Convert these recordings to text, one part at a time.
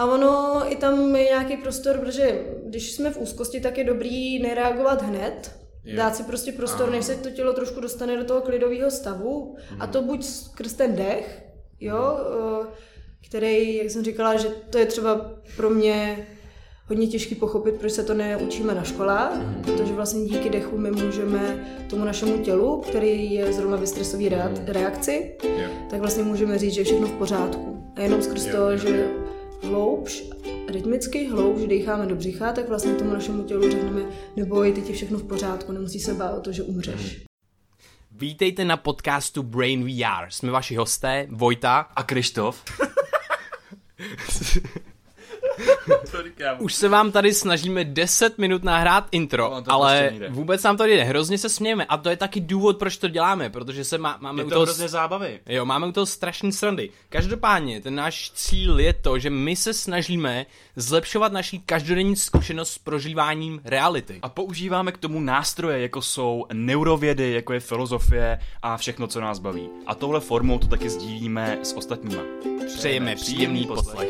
A ono i tam je nějaký prostor, protože když jsme v úzkosti, tak je dobrý nereagovat hned, dát si prostě prostor, než se to tělo trošku dostane do toho klidového stavu a to buď skrz ten dech, jo, který, jak jsem říkala, že to je třeba pro mě hodně těžký pochopit, proč se to neučíme na školách, protože vlastně díky dechu my můžeme tomu našemu tělu, který je zrovna ve stresové reakci, tak vlastně můžeme říct, že je všechno v pořádku. A jenom skrz to, že rytmicky hloubš dýcháme do břicha, tak vlastně tomu našemu tělu řekneme, neboj, teď je všechno v pořádku, nemusí se bát o to, že umřeš. Vítejte na podcastu Brain VR. Jsme vaši hosté, Vojta a Krištof. Už se vám tady snažíme 10 minut nahrát intro, ale vůbec nám to jde. Hrozně se smějeme a to je taky důvod, proč to děláme, protože máme u toho hrozně zábavy. Jo, máme u toho strašný srandy. Každopádně, ten náš cíl je to, že my se snažíme zlepšovat naši každodenní zkušenost s prožíváním reality. A používáme k tomu nástroje, jako jsou neurovědy, jako je filozofie a všechno, co nás baví. A touhle formou to taky sdílíme s ostatníma. Přejeme příjemný poslech.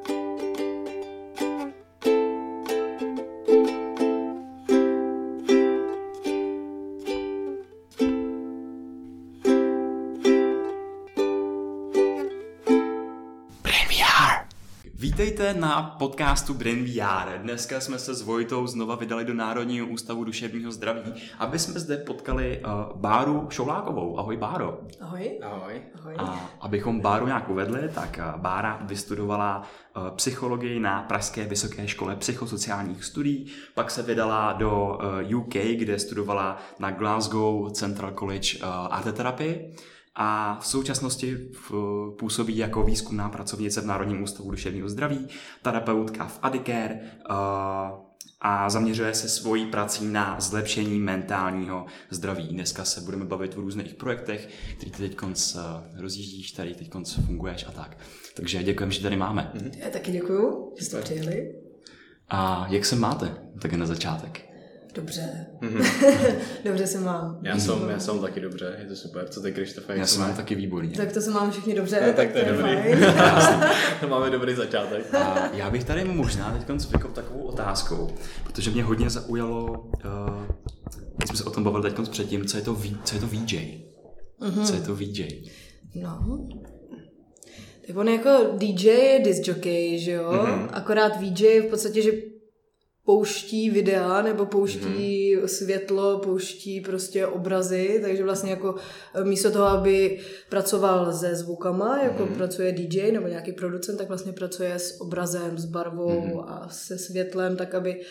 Vítejte na podcastu Brain VR. Dneska jsme se s Vojtou znova vydali do Národního ústavu duševního zdraví, aby jsme zde potkali Báru Šoulákovou. Ahoj, Báro. Ahoj. Ahoj. A abychom Báru nějak uvedli, tak Bára vystudovala psychologii na Pražské vysoké škole psychosociálních studií, pak se vydala do UK, kde studovala na Glasgow Central College arteterapii. A v současnosti působí jako výzkumná pracovnice v Národním ústavu duševního zdraví, terapeutka v Adicare a zaměřuje se svojí prací na zlepšení mentálního zdraví. Dneska se budeme bavit o různých projektech, který ty teďkonc rozjíždíš, tady teďkonc funguješ a tak. Takže děkujeme, že tady máme. Já taky děkuju, že jste přijeli. A jak se máte? Tak na začátek. Dobře. Dobře se mám. Já jsem taky dobře, je to super. Co ty, Krištofe? Já jsem taky výborný. Tak to se máme všichni dobře. No, tak to je dobrý. To máme dobrý začátek. A já bych tady možná teď vykop takovou otázkou, protože mě hodně zaujalo, když jsme se o tom bavili teď předtím, co je to VJ? Co je to VJ? No, tak on jako DJ je disc jockey, že jo? Akorát VJ je v podstatě, že pouští videa, nebo pouští světlo, pouští prostě obrazy, takže vlastně jako místo toho, aby pracoval se zvukama, jako pracuje DJ nebo nějaký producent, tak vlastně pracuje s obrazem, s barvou a se světlem, tak aby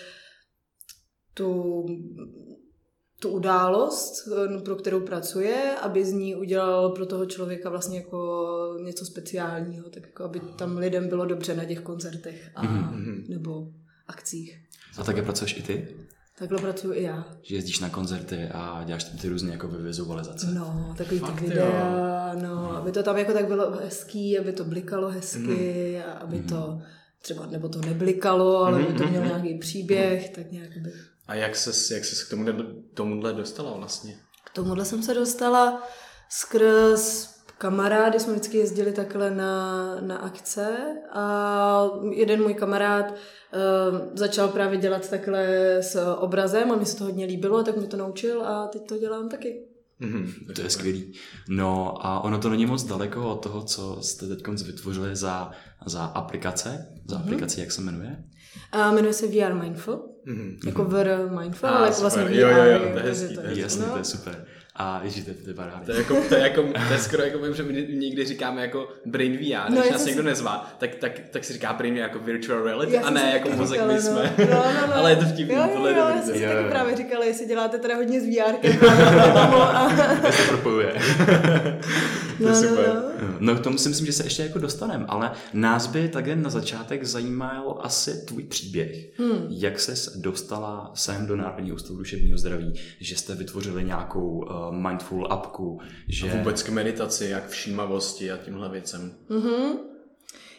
tu událost, pro kterou pracuje, aby z ní udělal pro toho člověka vlastně jako něco speciálního, tak jako aby tam lidem bylo dobře na těch koncertech a nebo akcích. A také pracuješ i ty? Takhle pracuji i já. Že jezdíš na koncerty a děláš tam ty různé jako vizualizace. No, takový ty videa, no, aby to tam jako tak bylo hezký, aby to blikalo hezky a aby to třeba, nebo to neblikalo, ale aby to mělo nějaký příběh, tak nějak by... A jak ses k tomuhle dostala vlastně? K tomuhle jsem se dostala skrz kamarády, jsme vždycky jezdili takhle na akce a jeden můj kamarád začal právě dělat takhle s obrazem a mi se to hodně líbilo, tak mě to naučil a teď to dělám taky. To je skvělý. No a ono to není moc daleko od toho, co jste teď vytvořili za aplikace. Za aplikaci, jak se jmenuje? Jmenuje se VR Mindful. Jako VR Mindful, ale jako vlastně VR. Jo, to je hezký. Jasně, to je super. A ježí, to je paráda. To je skoro jako, že my někdy říkáme jako Brain VR, když nás někdo nezvá, tak si říká Brain VR jako virtual reality a ne jako mozek my jsme. No. Ale je to vtipný, tohle je dobrý. Já jsem si taky právě říkala, jestli děláte teda hodně s VRkem. To se propojuje. To je super. No k tomu si myslím, že se ještě jako dostaneme, ale nás by také na začátek zajímal asi tvůj příběh. Jak ses dostala sem do Národního ústavu duševního zdraví, že jste vytvořili nějakou mindful appku, že... A vůbec k meditaci, jak všímavosti a tímhle věcem.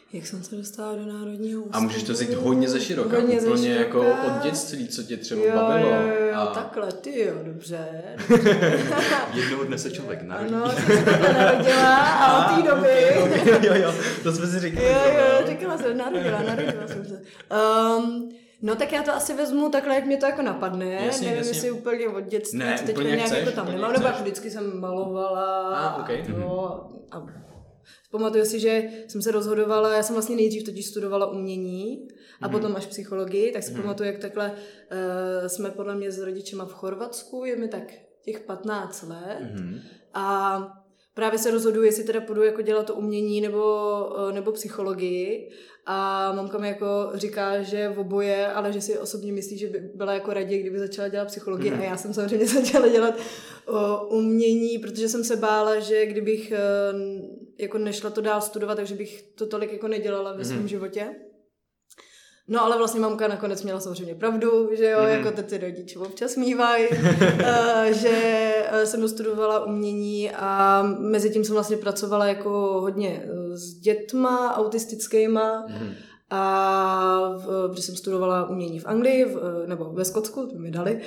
Jak jsem se dostala do Národního ústavu? A můžeš to vzít hodně ze široka, úplně jako od dětství, co tě třeba bavilo. Jo, takhle, ty jo, dobře. Jednoho dne se člověk narodí. Ano, jsem se takhle narodila a od té doby. Jo, to jsme si říkali. Jo, říkala jsem, narodila jsem se. No tak já to asi vezmu takhle, jak mě to jako napadne. Jasně, nevím, jestli úplně od dětství, ne, teď nějak chceš, jako tam nemám, nebo jako vždycky jsem malovala. A pamatuju si, že jsem se rozhodovala, já jsem vlastně nejdřív totiž studovala umění a potom až psychologii, tak si pamatuju, jak takhle jsme podle mě s rodičema v Chorvatsku, je mi tak těch 15 let a právě se rozhoduji, jestli teda půjdu jako dělat to umění nebo psychologii a mamka mi jako říká, že oboje, ale že si osobně myslí, že by byla jako raději, kdyby začala dělat psychologii a já jsem samozřejmě začala dělat umění, protože jsem se bála, že kdybych jako nešla to dál studovat, takže bych to tolik jako nedělala ve svém životě. No ale vlastně mamka nakonec měla samozřejmě pravdu, že jo, jako ty rodiče občas mývají, že jsem dostudovala umění a mezi tím jsem vlastně pracovala jako hodně s dětma autistickýma a když jsem studovala umění v Anglii, nebo ve Skotsku, to mi dali,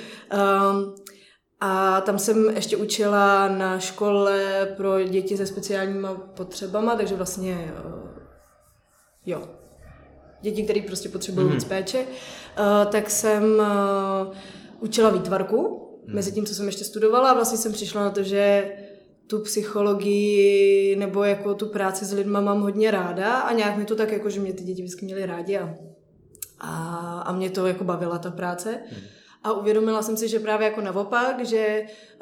a tam jsem ještě učila na škole pro děti se speciálníma potřebama, takže vlastně děti, které prostě potřebují víc péče, tak jsem učila výtvarku, mezi tím, co jsem ještě studovala a vlastně jsem přišla na to, že tu psychologii nebo jako tu práci s lidma mám hodně ráda a nějak mi to tak jako, že mě ty děti vždycky měly rádi a mě to jako bavila ta práce. A uvědomila jsem si, že právě jako naopak, že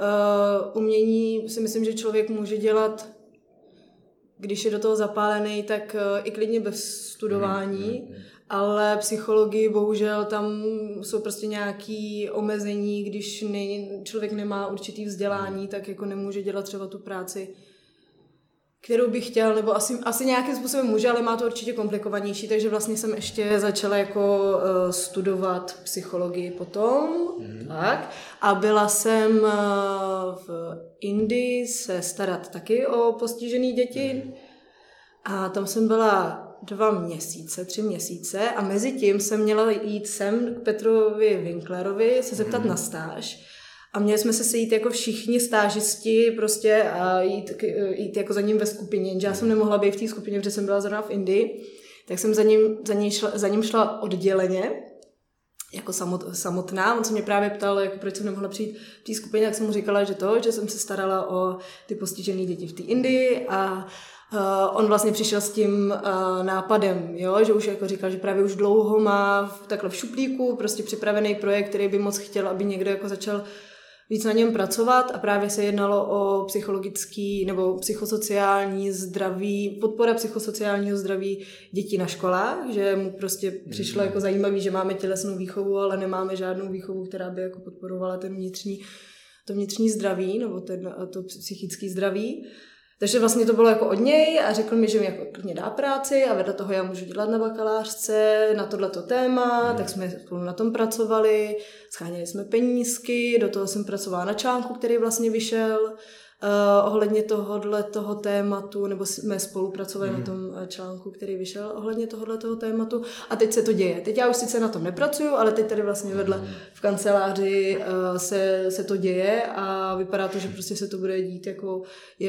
umění si myslím, že člověk může dělat, když je do toho zapálený, tak i klidně bez studování, ale psychologii bohužel tam jsou prostě nějaké omezení, když člověk nemá určitý vzdělání, tak jako nemůže dělat třeba tu práci, kterou bych chtěl, nebo asi nějakým způsobem může, ale má to určitě komplikovanější, takže vlastně jsem ještě začala jako studovat psychologii potom, tak, a byla jsem v Indii se starat taky o postižené děti a tam jsem byla 3 měsíce a mezi tím jsem měla jít sem k Petrovi Winklerovi se zeptat na stáž. A měli jsme se sejít jako všichni stážisti prostě a jít jako za ním ve skupině, jenže já jsem nemohla být v té skupině, protože jsem byla zrovna v Indii, tak jsem za ním šla odděleně, jako samotná. On se mě právě ptal, jako proč jsem nemohla přijít v té skupině, tak jsem mu říkala, že jsem se starala o ty postižené děti v té Indii a on vlastně přišel s tím nápadem, jo, že už jako říkal, že právě už dlouho má takhle v šuplíku prostě připravený projekt, který by moc chtěl, aby někdo jako začal víc na něm pracovat a právě se jednalo o psychologický nebo psychosociální zdraví, podpora psychosociálního zdraví dětí na školách, že mu prostě přišlo jako zajímavý, že máme tělesnou výchovu, ale nemáme žádnou výchovu, která by jako podporovala to vnitřní zdraví nebo to psychické zdraví. Takže vlastně to bylo jako od něj a řekl mi, že mi jako klidně dá práci a vedle toho já můžu dělat na bakalářce na tohleto téma, tak jsme spolu na tom pracovali, scháněli jsme penízky, do toho jsem pracovala na článku, který vlastně vyšel ohledně toho tématu, nebo jsme spolupracovali na tom článku, který vyšel ohledně tohoto tématu a teď se to děje. Teď já už sice na tom nepracuju, ale teď tady vlastně vedle v kanceláři se to děje a vypadá to, že prostě se to bude dít jako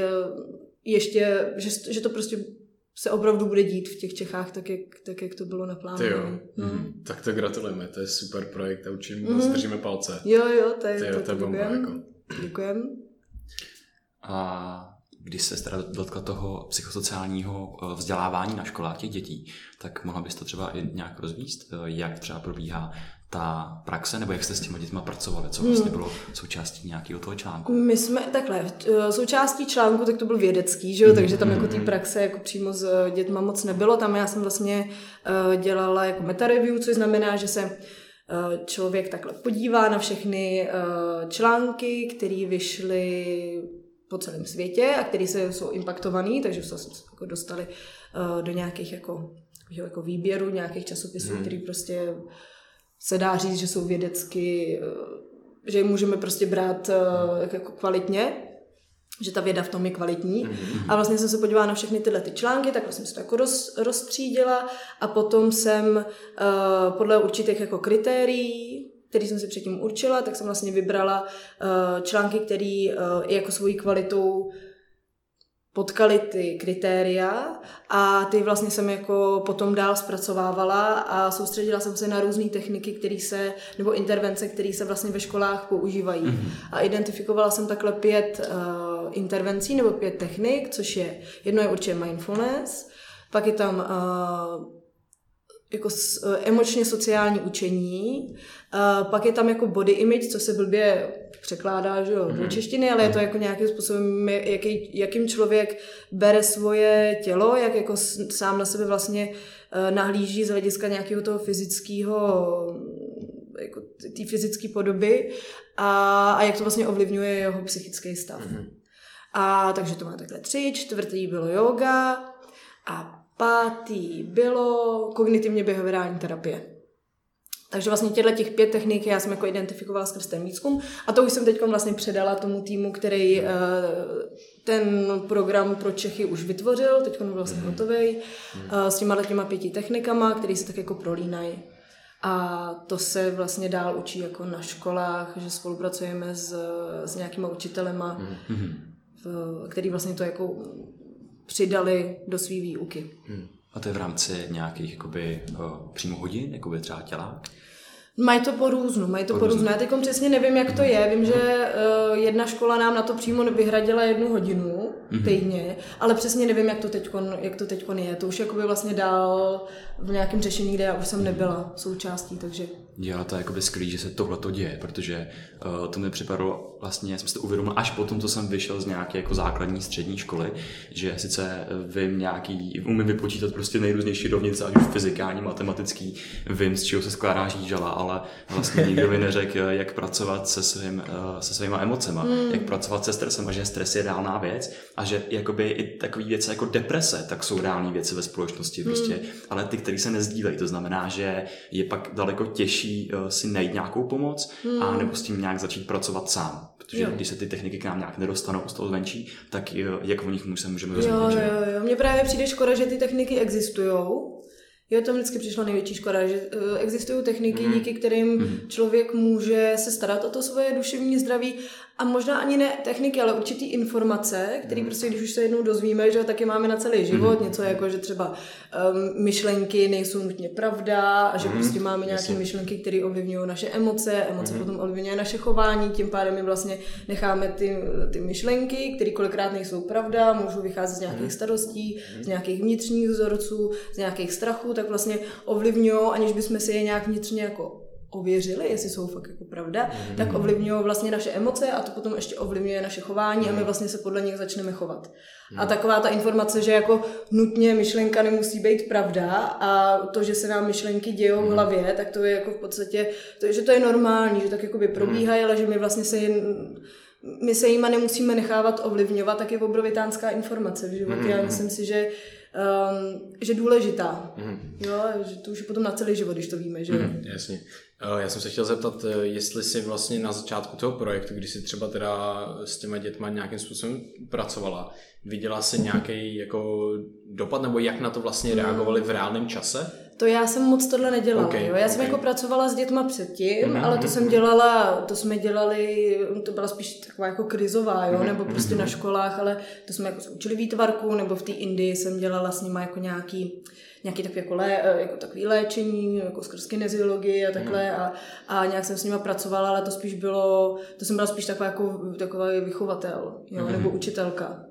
že to prostě se opravdu bude dít v těch Čechách tak, jak to bylo naplánované. Tak to gratulujeme, to je super projekt a určitě moc držíme palce. Jo, to je bomba. Jako. Děkujem. A když se teda dotkla toho psychosociálního vzdělávání na školách těch dětí, tak mohla bys to třeba i nějak rozvíst, jak třeba probíhá ta praxe, nebo jak jste s těma dětma pracovali, co vlastně bylo součástí nějakého toho článku? My jsme takhle, součástí článku, tak to byl vědecký, že jo, takže tam jako té praxe jako přímo s dětma moc nebylo, tam já jsem vlastně dělala jako meta-review, což znamená, že se člověk takhle podívá na všechny články, které vyšly po celém světě a které jsou impaktovaný, takže se jako dostali do nějakých jako výběru nějakých časopisů, který prostě se dá říct, že jsou vědecky, že je můžeme prostě brát jako kvalitně. že ta věda v tom je kvalitní. A vlastně jsem se podívala na všechny tyhle ty články, tak jsem se to jako rozstřídila a potom jsem podle určitých jako kritérií, který jsem si předtím určila, tak jsem vlastně vybrala články, které jako svojí kvalitou potkaly ty kritéria a ty vlastně jsem jako potom dál zpracovávala a soustředila jsem se na různé techniky, nebo intervence, které se vlastně ve školách používají. A identifikovala jsem takhle 5 intervencí nebo 5 technik, což je, jedno je určitě mindfulness, pak je tam jako emočně sociální učení, pak je tam jako body image, co se blbě překládá, že jo, do češtiny, ale je to jako nějakým způsobem, jakým člověk bere svoje tělo, jak jako sám na sebe vlastně nahlíží z hlediska nějakého toho fyzického, jako té fyzické podoby a jak to vlastně ovlivňuje jeho psychický stav. A takže to má takhle 3, 4. bylo yoga a 5. bylo kognitivně behaviorální terapie. Takže vlastně těch 5 technik já jsem jako identifikovala skrz ten výzkum a to už jsem teď vlastně předala tomu týmu, který ten program pro Čechy už vytvořil, teď byl vlastně hotovej, s těma 5 technikama, které se tak jako prolínají. A to se vlastně dál učí jako na školách, že spolupracujeme s nějakýma učitelema, který vlastně to jako přidali do svý výuky. A to je v rámci nějakých jakoby, přímo hodin, jakoby třeba tělák? Mají to po různu. Já teď přesně nevím, jak to je. Vím, že jedna škola nám na to přímo vyhradila 1 hodinu týdně, ale přesně nevím, jak to teďkon je. To už jakoby vlastně dál v nějakém řešení, kde já už jsem nebyla součástí, takže... Jo, to je jakoby skvělý, že se tohleto děje, protože to mi připadalo vlastně, jsem si to uvědomil až potom, co jsem vyšel z nějaké jako základní střední školy, že sice umím vypočítat prostě nejrůznější rovnice, ať už fyzikální, matematický, vím, z čeho se skládá žížala, ale vlastně nikdo mi neřekl, jak pracovat se svýma emocema, jak pracovat se stresem a že stres je reálná věc a že jakoby i takové věci jako deprese, tak jsou reální věci ve společnosti prostě, ale ty, které se nezdílejí, to znamená, že je pak daleko těžší si najít nějakou pomoc a nebo s tím nějak začít pracovat sám. Protože když se ty techniky k nám nějak nedostanou z toho zvenčí, tak jak o nich můžeme rozumět. Jo. Mně právě přijde škoda, že ty techniky existujou. To vždycky přišla největší škoda, že existují techniky, díky kterým člověk může se starat o to svoje duševní zdraví a možná ani ne techniky, ale určitý informace, které prostě, když už se jednou dozvíme, že taky máme na celý život, něco jako, že třeba myšlenky nejsou nutně pravda a že prostě máme nějaké myšlenky, které ovlivňují naše emoce potom ovlivňují naše chování, tím pádem my vlastně necháme ty myšlenky, které kolikrát nejsou pravda, můžou vycházet z nějakých starostí, z nějakých vnitřních vzorců, z nějakých strachů, tak vlastně ovlivňují, aniž bychom si je nějak vnitřně jako ověřili, jestli jsou fakt jako pravda, tak ovlivňují vlastně naše emoce a to potom ještě ovlivňuje naše chování a my vlastně se podle nich začneme chovat. A taková ta informace, že jako nutně myšlenka nemusí být pravda a to, že se nám myšlenky dějou v hlavě, tak to je jako v podstatě, že to je normální, že tak jakoby probíhají, ale že my vlastně my se jima nemusíme nechávat ovlivňovat, tak je obrovitánská informace v životě. Já myslím si, že důležitá. Jo, že to už je potom na celý život, když to víme, že Jasně. Já jsem se chtěl zeptat, jestli jsi vlastně na začátku toho projektu, když jsi třeba teda s těma dětma nějakým způsobem pracovala, viděla jsi nějaký jako dopad, nebo jak na to vlastně reagovali v reálném čase? To já jsem moc tohle nedělala. Já jsem jako pracovala s dětma předtím, ale to jsme dělali, to byla spíš taková jako krizová, nebo prostě na školách, ale to jsme jako učili výtvarku, nebo v té Indii jsem dělala s nima jako nějaký takový jako takový léčení, jako skrz kineziologii a takhle a nějak jsem s nima pracovala, ale to jsem byla spíš takový vychovatel, nebo učitelka.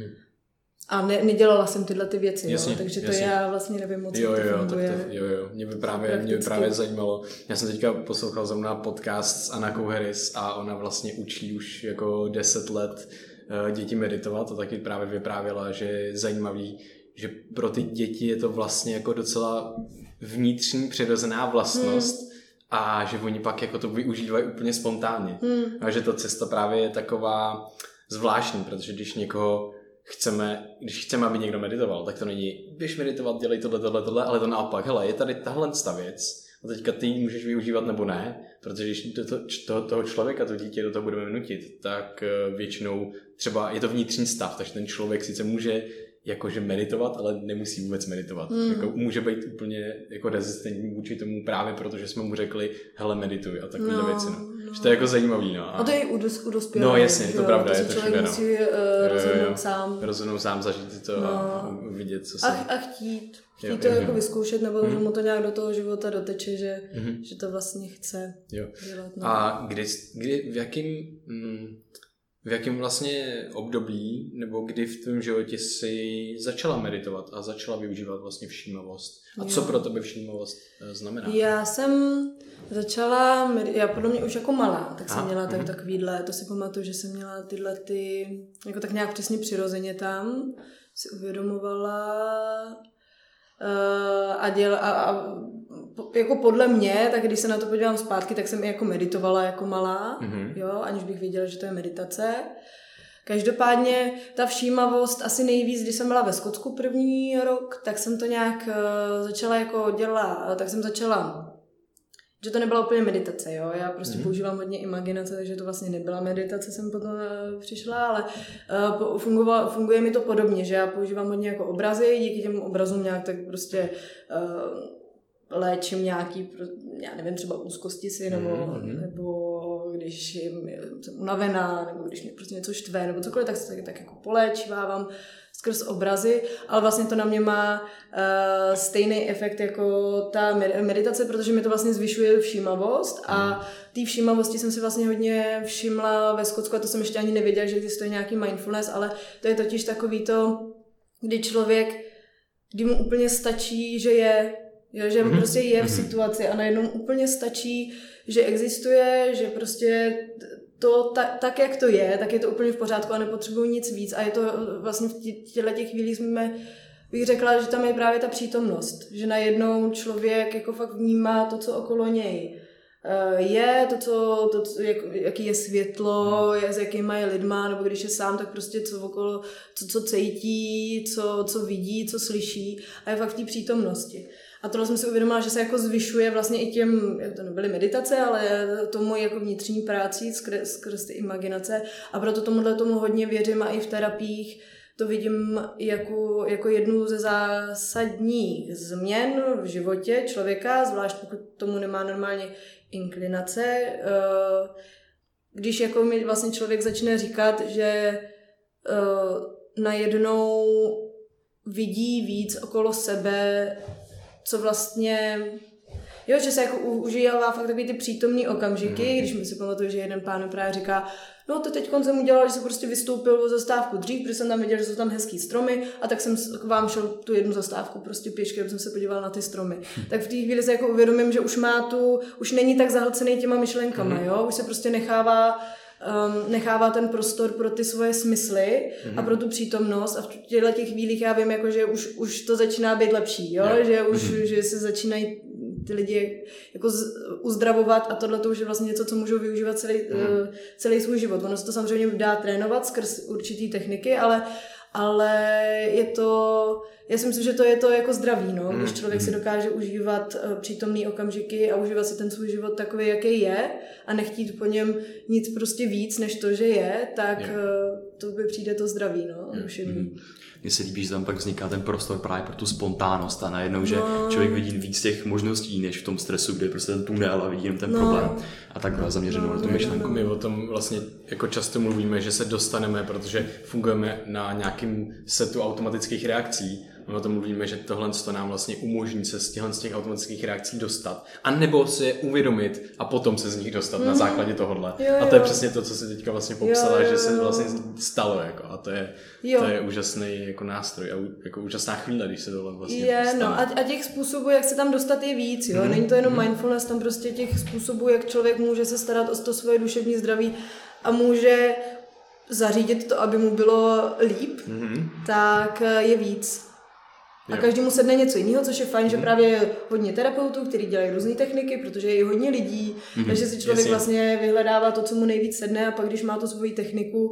A nedělala jsem tyhle ty věci, takže to já vlastně nevím moc, jak to funguje. Mě by právě zajímalo. Já jsem teďka poslouchal zrovna podcast s Annakou Harris a ona vlastně učí už jako 10 let děti meditovat a taky právě vyprávěla, že je zajímavý, že pro ty děti je to vlastně jako docela vnitřní přirozená vlastnost a že oni pak jako to využívají úplně spontánně. A že ta cesta právě je taková zvláštní, protože když chceme, aby někdo meditoval, tak to není běž meditovat, dělej tohle, ale to naopak, hele, je tady tahle věc, A teďka ty ji můžeš využívat nebo ne, protože když toho člověka, to dítě do toho budeme nutit, tak většinou třeba je to vnitřní stav, takže ten člověk sice může jakože meditovat, ale nemusí vůbec meditovat. Jako může být úplně jako rezistentní vůči tomu právě protože jsme mu řekli, hele, medituj a takovýhle věci. No. Že to je jako zajímavý. No. A to je i u dospělých. No jasně, to pravda, je to všude. No. Musí rozhodnout sám. Rozhodnout sám, zažít to a vidět, co se... A chtít to jako vyzkoušet, nebo že mu to nějak do toho života doteče, že to vlastně chce dělat. No. A v jakém vlastně období, nebo kdy v tvém životě jsi začala meditovat a začala využívat vlastně všímavost? A co pro tebe všímavost znamená? Já jsem začala, podle mě už jako malá, tak jsem měla takovýhle, to si pamatuju, že jsem měla tyhle jako tak nějak přesně přirozeně tam, si uvědomovala a jako podle mě, tak když se na to podívám zpátky, tak jsem i jako meditovala jako malá, jo, aniž bych věděla, že to je meditace. Každopádně ta všímavost asi nejvíc, když jsem byla ve Skotsku první rok, tak jsem to nějak začala jako dělat, že to nebyla úplně meditace, jo, já prostě používám hodně imaginace, takže to vlastně nebyla meditace, jsem potom přišla, ale funguje mi to podobně, že já používám hodně jako obrazy, díky těm obrazům nějak tak prostě léčím nějaký, já nevím, třeba úzkosti si, nebo když jsem unavená, nebo když mě prostě něco štve, nebo cokoliv, tak se tak jako poléčivávám skrz obrazy, ale vlastně to na mě má stejný efekt jako ta meditace, protože mi to vlastně zvyšuje všímavost a té všímavosti jsem si vlastně hodně všimla ve Skotsku a to jsem ještě ani nevěděla, že existuje nějaký mindfulness, ale to je totiž takový to, kdy člověk, kdy mu úplně stačí, že je, jo, že prostě je v situaci a najednou úplně stačí, že existuje, že prostě to tak, jak to je, tak je to úplně v pořádku a nepotřebuji nic víc a je to vlastně v těch chvílích bych řekla, že tam je právě ta přítomnost, že najednou člověk jako fakt vnímá to, co okolo něj je, jaký je světlo, s jakýma je lidma, nebo když je sám, tak prostě co okolo, co cítí, co vidí, co slyší a je fakt v té přítomnosti. A tohle jsem si uvědomila, že se jako zvyšuje vlastně i těm, to nebyly meditace, ale tomu jako vnitřní práci skrz ty imaginace a proto tomu hodně věřím a i v terapiích to vidím jako jednu ze zásadních změn v životě člověka, zvlášť pokud tomu nemá normálně inklinace. Když jako mi vlastně člověk začne říkat, že najednou vidí víc okolo sebe, co vlastně, jo, že se jako užívá fakt takový ty přítomný okamžiky, když mi si pamatuju, že jeden pán právě říká, no to teď jsem udělal, že jsem prostě vystoupil o zastávku dřív, protože jsem tam viděl, že jsou tam hezký stromy a tak jsem k vám šel tu jednu zastávku prostě pěšky, aby jsem se podíval na ty stromy. Tak v té chvíli se jako uvědomím, že už není tak zahlcený těma myšlenkama, jo, už se prostě nechává ten prostor pro ty svoje smysly a pro tu přítomnost a v těch chvílích já vím, jako, že už to začíná být lepší, jo? Že se začínají ty lidi jako uzdravovat a tohle to už je vlastně něco, co můžou využívat celý svůj život. Ono se to samozřejmě dá trénovat skrz určitý techniky, ale je to, já si myslím, že to je to jako zdraví, no? Když člověk si dokáže užívat přítomný okamžiky a užívat si ten svůj život takový, jaký je a nechtít po něm nic prostě víc, než to, že je, tak to by přijde to zdraví, no? Mně se líbí, že tam pak vzniká ten prostor právě pro tu spontánnost a najednou, že člověk vidí víc těch možností, než v tom stresu, kde je prostě ten tunel a vidí jenom ten problém a tak byla zaměřenou na tu myšlenku. My o tom vlastně jako často mluvíme, že se dostaneme, protože fungujeme na nějakým setu automatických reakcí. My o tom mluvíme, že tohle nám vlastně umožní se z těch automatických reakcí dostat. A nebo si je uvědomit a potom se z nich dostat na základě tohohle. A to je přesně to, co si teďka vlastně popsala, že se vlastně stalo. Jako, a to je úžasný jako nástroj a jako úžasná chvíle, když se tohle vlastně stane. No, a těch způsobů, jak se tam dostat, je víc. Jo? Není to jenom mindfulness, tam prostě těch způsobů, jak člověk může se starat o to svoje duševní zdraví a může zařídit to, aby mu bylo líp, tak je víc. A každému sedne něco jiného, což je fajn, že právě je hodně terapeutů, kteří dělají různé techniky, protože je hodně lidí, takže si člověk vlastně vyhledává to, co mu nejvíc sedne a pak když má tu svoji techniku,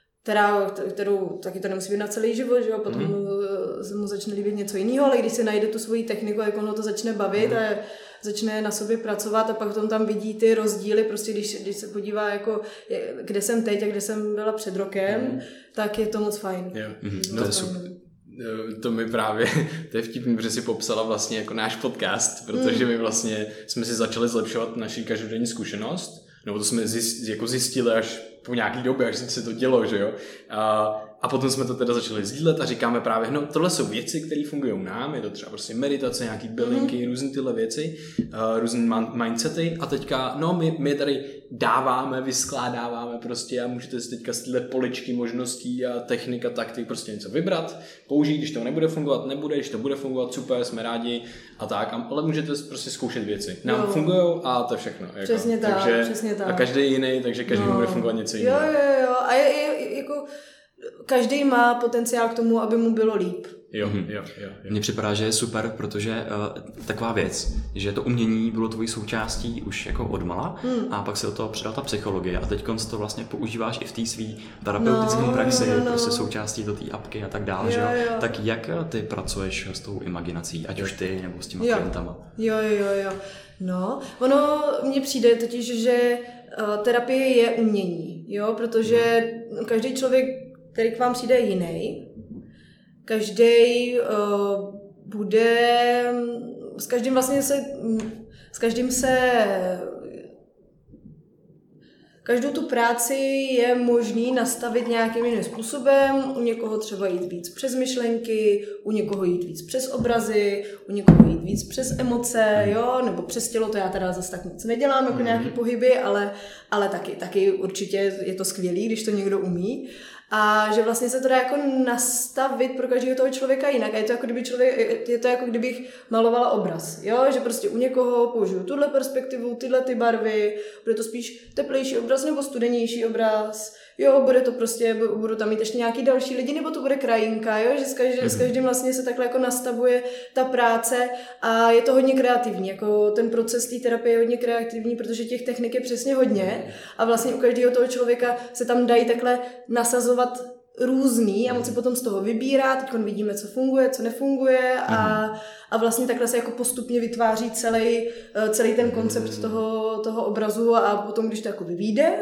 kterou taky to nemusí být na celý život, že jo, potom se mu začne líbit něco jiného, ale když si najde tu svoji techniku, jak ono to začne bavit a začne na sobě pracovat a pak tam vidí ty rozdíly, prostě když se podívá jako, kde jsem teď a kde jsem byla před rokem, tak je to moc fajn. Jo. To je super. To mi právě, to je vtipný, protože si popsala vlastně jako náš podcast, protože my vlastně jsme si začali zlepšovat naši každodenní zkušenost, nebo to jsme zjistili až po nějaký době, až se to dělo, že jo. A potom jsme to teda začali sdílet a říkáme právě, no tohle jsou věci, které fungují nám, je to třeba prostě meditace, nějaký bylinky, různé tyhle věci, různé mindsety a teďka, no my tady dáváme, vyskládáváme prostě a můžete si teďka z tyhle poličky možností a technika, taktik prostě něco vybrat, použít, když to nebude fungovat, nebude, když to bude fungovat, super, jsme rádi a tak, ale můžete prostě zkoušet věci. Nám fungujou a to je všechno. Jako. Přesně tak, přesně tak. A každý jiný, takže každý bude fungovat něco jiného. Jo. A je jako každý má potenciál k tomu, aby mu bylo líp. Jo. Mně připadá, že je super, protože taková věc, že to umění bylo tvojí součástí už jako odmala a pak se do toho přidala ta psychologie a teď to vlastně používáš i v té svý terapeutické praxi, prostě součástí do té apky a tak dále, že jo? Tak jak ty pracuješ s tou imaginací, ať už ty nebo s těma klientama? Jo. No, ono mně přijde totiž, že terapie je umění, jo, protože každý člověk, který k vám přijde, je jiný. Každou tu práci je možný nastavit nějakým jiným způsobem, u někoho třeba jít víc přes myšlenky, u někoho jít víc přes obrazy, u někoho jít víc přes emoce, jo, nebo přes tělo, to já teda zase tak moc nedělám, jako nějaký pohyby, ale taky určitě je to skvělý, když to někdo umí. A že vlastně se to dá jako nastavit pro každého toho člověka jinak. A je to jako kdybych malovala obraz, jo? Že prostě u někoho použiju tuhle perspektivu, tyhle ty barvy, bude to spíš teplejší obraz nebo studenější obraz, jo, bude to prostě, budou tam mít ještě nějaký další lidi, nebo to bude krajinka, jo? Že s každým vlastně se takhle jako nastavuje ta práce a je to hodně kreativní, jako ten proces té terapie je hodně kreativní, protože těch technik je přesně hodně a vlastně u každého toho člověka se tam dají takhle nasazovat různý a moc si potom z toho vybírá, teď vidíme, co funguje, co nefunguje a vlastně takhle se jako postupně vytváří celý ten koncept toho obrazu a potom, když to jako vyvíde,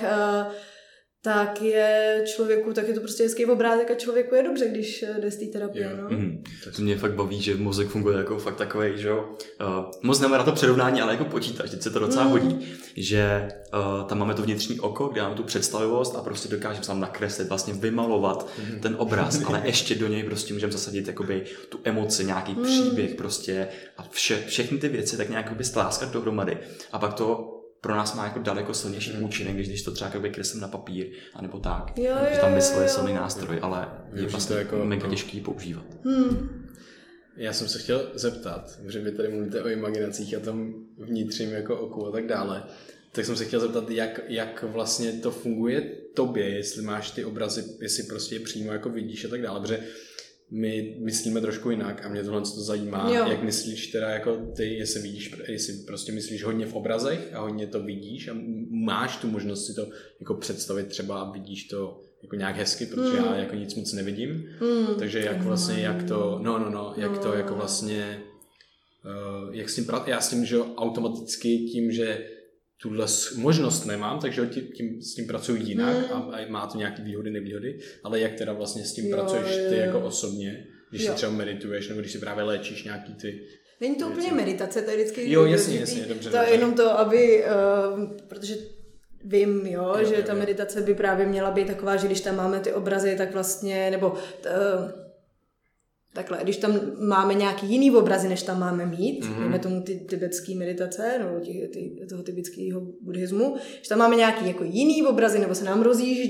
tak je to prostě hezký obrázek a člověku je dobře, když jde z té terapie. No. To mě fakt baví, že mozek funguje jako fakt takovej, že jo. Moc nemá na to přirovnání, ale jako počítač, teď se to docela hodí, že tam máme to vnitřní oko, kde máme tu představivost a prostě dokážeme tam nakreslit, vlastně vymalovat ten obraz, ale ještě do něj prostě můžeme zasadit jakoby tu emoci, nějaký příběh prostě a všechny ty věci tak nějak skláskat dohromady a pak to pro nás má jako daleko silnější účinek, když to třeba kreslím na papír, anebo tak. Že tam mysl je silný nástroj, ale je vlastně to jako mega těžký používat. Já jsem se chtěl zeptat, že vy tady mluvíte o imaginacích a tom vnitřním jako oku a tak dále, tak jsem se chtěl zeptat, jak vlastně to funguje tobě, jestli máš ty obrazy, jestli prostě je přímo jako vidíš a tak dále, protože my myslíme trošku jinak a mě tohle to zajímá, jak myslíš teda jako ty, jestli prostě myslíš hodně v obrazech a hodně to vidíš a máš tu možnost si to jako představit třeba a vidíš to jako nějak hezky, protože já jako nic moc nevidím, takže jak vlastně, jak to jako vlastně, jak s tím, já s tím, že automaticky tím, že tuhle možnost nemám, takže s tím pracuji jinak a má to nějaké výhody, nevýhody, ale jak teda vlastně s tím pracuješ ty jako osobně, když si třeba medituješ nebo když si právě léčíš nějaký ty... Není to úplně meditace, to je vždycky... Jo, jasně, dobře. To je jenom to, aby, protože vím, že ta meditace by právě měla být taková, že když tam máme ty obrazy, tak vlastně, nebo... Takhle, když tam máme nějaký jiný obrazy, než tam máme mít, dejme tomu ty tibetské meditace, nebo toho tibetského buddhismu, když tam máme nějaký jako jiný obrazy, nebo se nám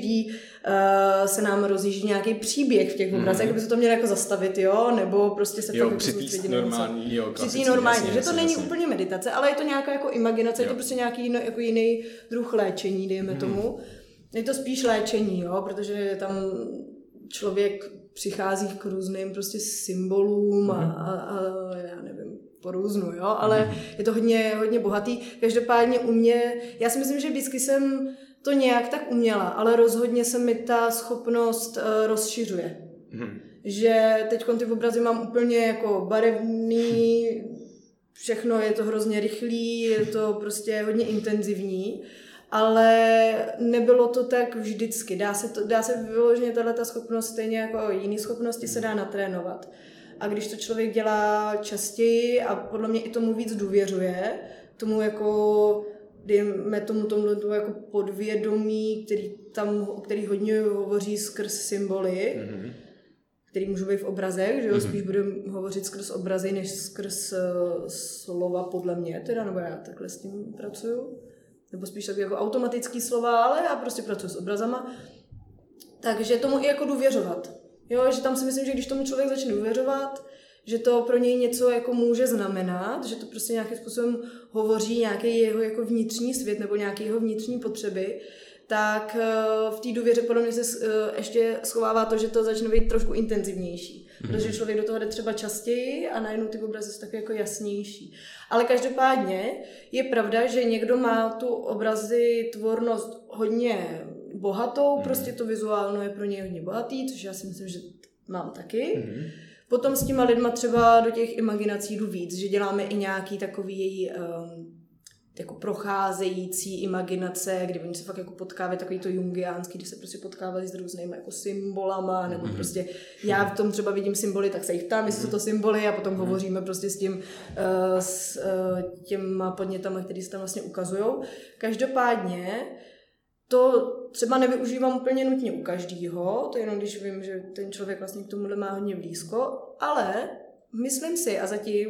rozjíždí nějaký příběh v těch obrazech, aby se to mělo jako zastavit, jo, nebo prostě se to přitýst normální, normální, že to není úplně meditace, ale je to nějaká jako imaginace, je to prostě nějaký jako jiný druh léčení, dejme tomu. Je to spíš léčení, jo, protože tam člověk přichází k různým prostě symbolům a já nevím, po různu, jo, ale je to hodně bohatý. Každopádně u mě, já si myslím, že vždycky jsem to nějak tak uměla, ale rozhodně se mi ta schopnost rozšiřuje. Že teď ty obrazy mám úplně jako barevný, všechno je to hrozně rychlý, je to prostě hodně intenzivní, ale nebylo to tak vždycky. Dá se vyloženě tato schopnost, stejně jako jiné schopnosti, se dá natrénovat. A když to člověk dělá častěji a podle mě i tomu víc důvěřuje, tomu jako, dejme tomu jako podvědomí, který hodně hovoří skrz symboly, který můžou být v obrazech, že jo, spíš budeme hovořit skrz obrazy, než skrz slova podle mě, teda, nebo já takhle s tím pracuju. Nebo spíš tak jako automatický slova, ale já prostě pracuji s obrazama. Takže tomu i jako důvěřovat. Jo, že tam si myslím, že když tomu člověk začne důvěřovat, že to pro něj něco jako může znamenat, že to prostě nějakým způsobem hovoří nějaký jeho jako vnitřní svět nebo nějaké jeho vnitřní potřeby, tak v té důvěře podle mě se ještě schovává to, že to začne být trošku intenzivnější. Protože člověk do toho jde třeba častěji a najednou ty obrazy jsou taky jako jasnější. Ale každopádně je pravda, že někdo má tu obrazy tvornost hodně bohatou, prostě to vizuálno je pro něj hodně bohatý, což já si myslím, že mám taky. Potom s těma lidma třeba do těch imaginací jdu víc, že děláme i nějaký takový jako procházející imaginace, kdy oni se fakt jako potkávají, takový to jungiánský, kdy se prostě potkávají s různými jako symbolama, nebo prostě já v tom třeba vidím symboly, tak se jich ptám, jestli jsou to symboly a potom hovoříme prostě s tím, s těma podnětama, který se tam vlastně ukazujou. Každopádně to třeba nevyužívám úplně nutně u každýho, to jenom když vím, že ten člověk vlastně k tomuhle má hodně blízko, ale myslím si a zatím,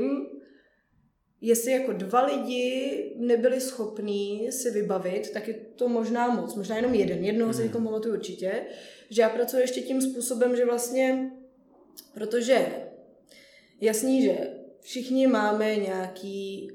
jestli jako 2 lidi nebyli schopní si vybavit, tak je to možná moc, možná jenom jednoho si jako pamatuju určitě, že já pracuji ještě tím způsobem, že vlastně, protože jasný, že všichni máme nějaký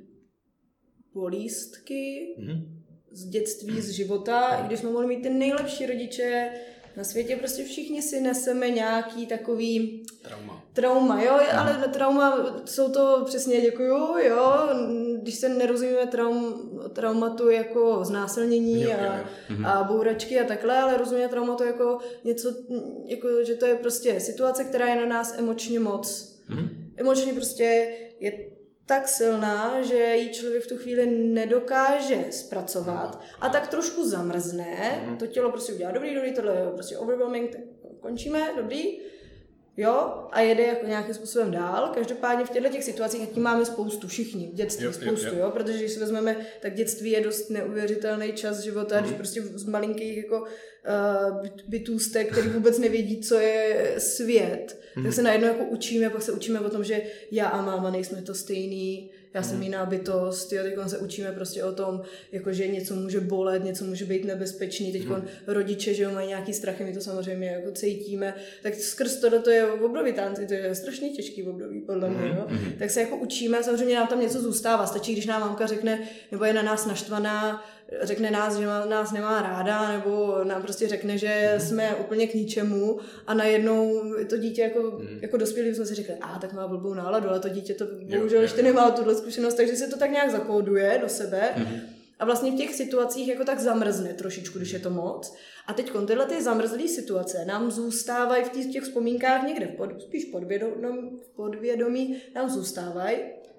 bolístky z dětství, z života, i když jsme mohli mít ty nejlepší rodiče na světě, prostě všichni si neseme nějaký takový trauma, jo, ale trauma jsou to přesně, děkuju, jo, když se nerozumíme traumatu jako znásilnění a bouračky a takhle, ale rozumíme traumatu jako něco, jako, že to je prostě situace, která je na nás emočně moc. Emočně prostě je tak silná, že ji člověk v tu chvíli nedokáže zpracovat a tak trošku zamrzne, to tělo prostě udělá dobrý, tohle je prostě overwhelming, tak končíme, dobrý, jo, a jede jako nějakým způsobem dál. Každopádně v těchto situacích, tím máme spoustu, všichni, v dětství spoustu, jo, protože když si vezmeme, tak dětství je dost neuvěřitelný čas života, když prostě z malinkých jako bytůstek, který vůbec nevědí, co je svět, tak se najednou jako učíme, pak se učíme o tom, že já a máma nejsme to stejný, já jsem jiná bytost, jo, teď se učíme prostě o tom, jako, že něco může bolet, něco může být nebezpečný, teď rodiče, že mají nějaký strachy, my to samozřejmě jako cítíme, tak skrz to je obrovitánci, to je strašně těžký období, podle mě, jo. Tak se jako učíme, samozřejmě nám tam něco zůstává, stačí, když nám mamka řekne, nebo je na nás naštvaná, řekne nás, že nás nemá ráda, nebo nám prostě řekne, že jsme úplně k ničemu a najednou to dítě jako dospělí jsme si řekli, tak má blbou náladu, ale to dítě to bohužel ještě nemá tuhle zkušenost, takže se to tak nějak zakóduje do sebe a vlastně v těch situacích jako tak zamrzne trošičku, když je to moc. A teď tyhle ty zamrzlé situace nám zůstávají v těch vzpomínkách někde, spíš podvědomí nám zůstávají.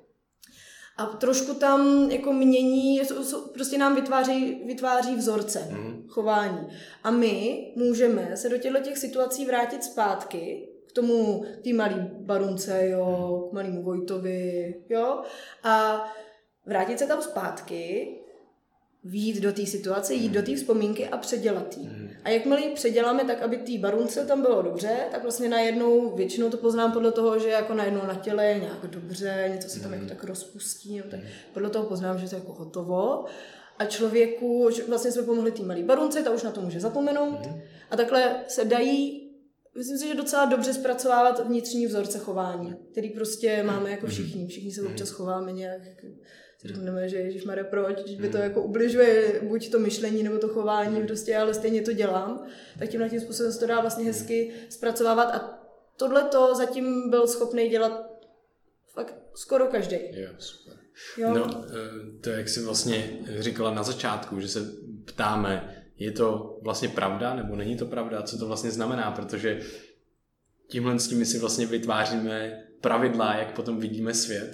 A trošku tam jako mění, prostě nám vytváří vzorce chování. A my můžeme se do těchto situací vrátit zpátky k té malé barunce, jo, k malému Vojtovi, jo, a vrátit se tam zpátky, vyjít do té situace, jít do té vzpomínky a předělat ji. A jakmile ji předěláme tak, aby té barunce tam bylo dobře, tak vlastně najednou, většinou to poznám podle toho, že jako najednou na těle je nějak dobře, něco se tam jako tak rozpustí, tak podle toho poznám, že to je jako hotovo. A člověku, vlastně jsme pomohli té malé barunce, ta už na to může zapomenout. A takhle se dají, myslím si, že docela dobře zpracovávat vnitřní vzorce chování, který prostě máme jako všichni. Všichni se občas chováme nějak, řekneme, že ježišmarja, proč, když by to jako ubližuje buď to myšlení nebo to chování, prostě, ale stejně to dělám, tak tím způsobem se to dá vlastně hezky zpracovávat a tohleto zatím byl schopný dělat fakt skoro každý. Jo, super. Jo? No, to jak jsi vlastně říkala na začátku, že se ptáme, je to vlastně pravda nebo není to pravda, co to vlastně znamená, protože tímhle s tím my si vlastně vytváříme pravidla, jak potom vidíme svět,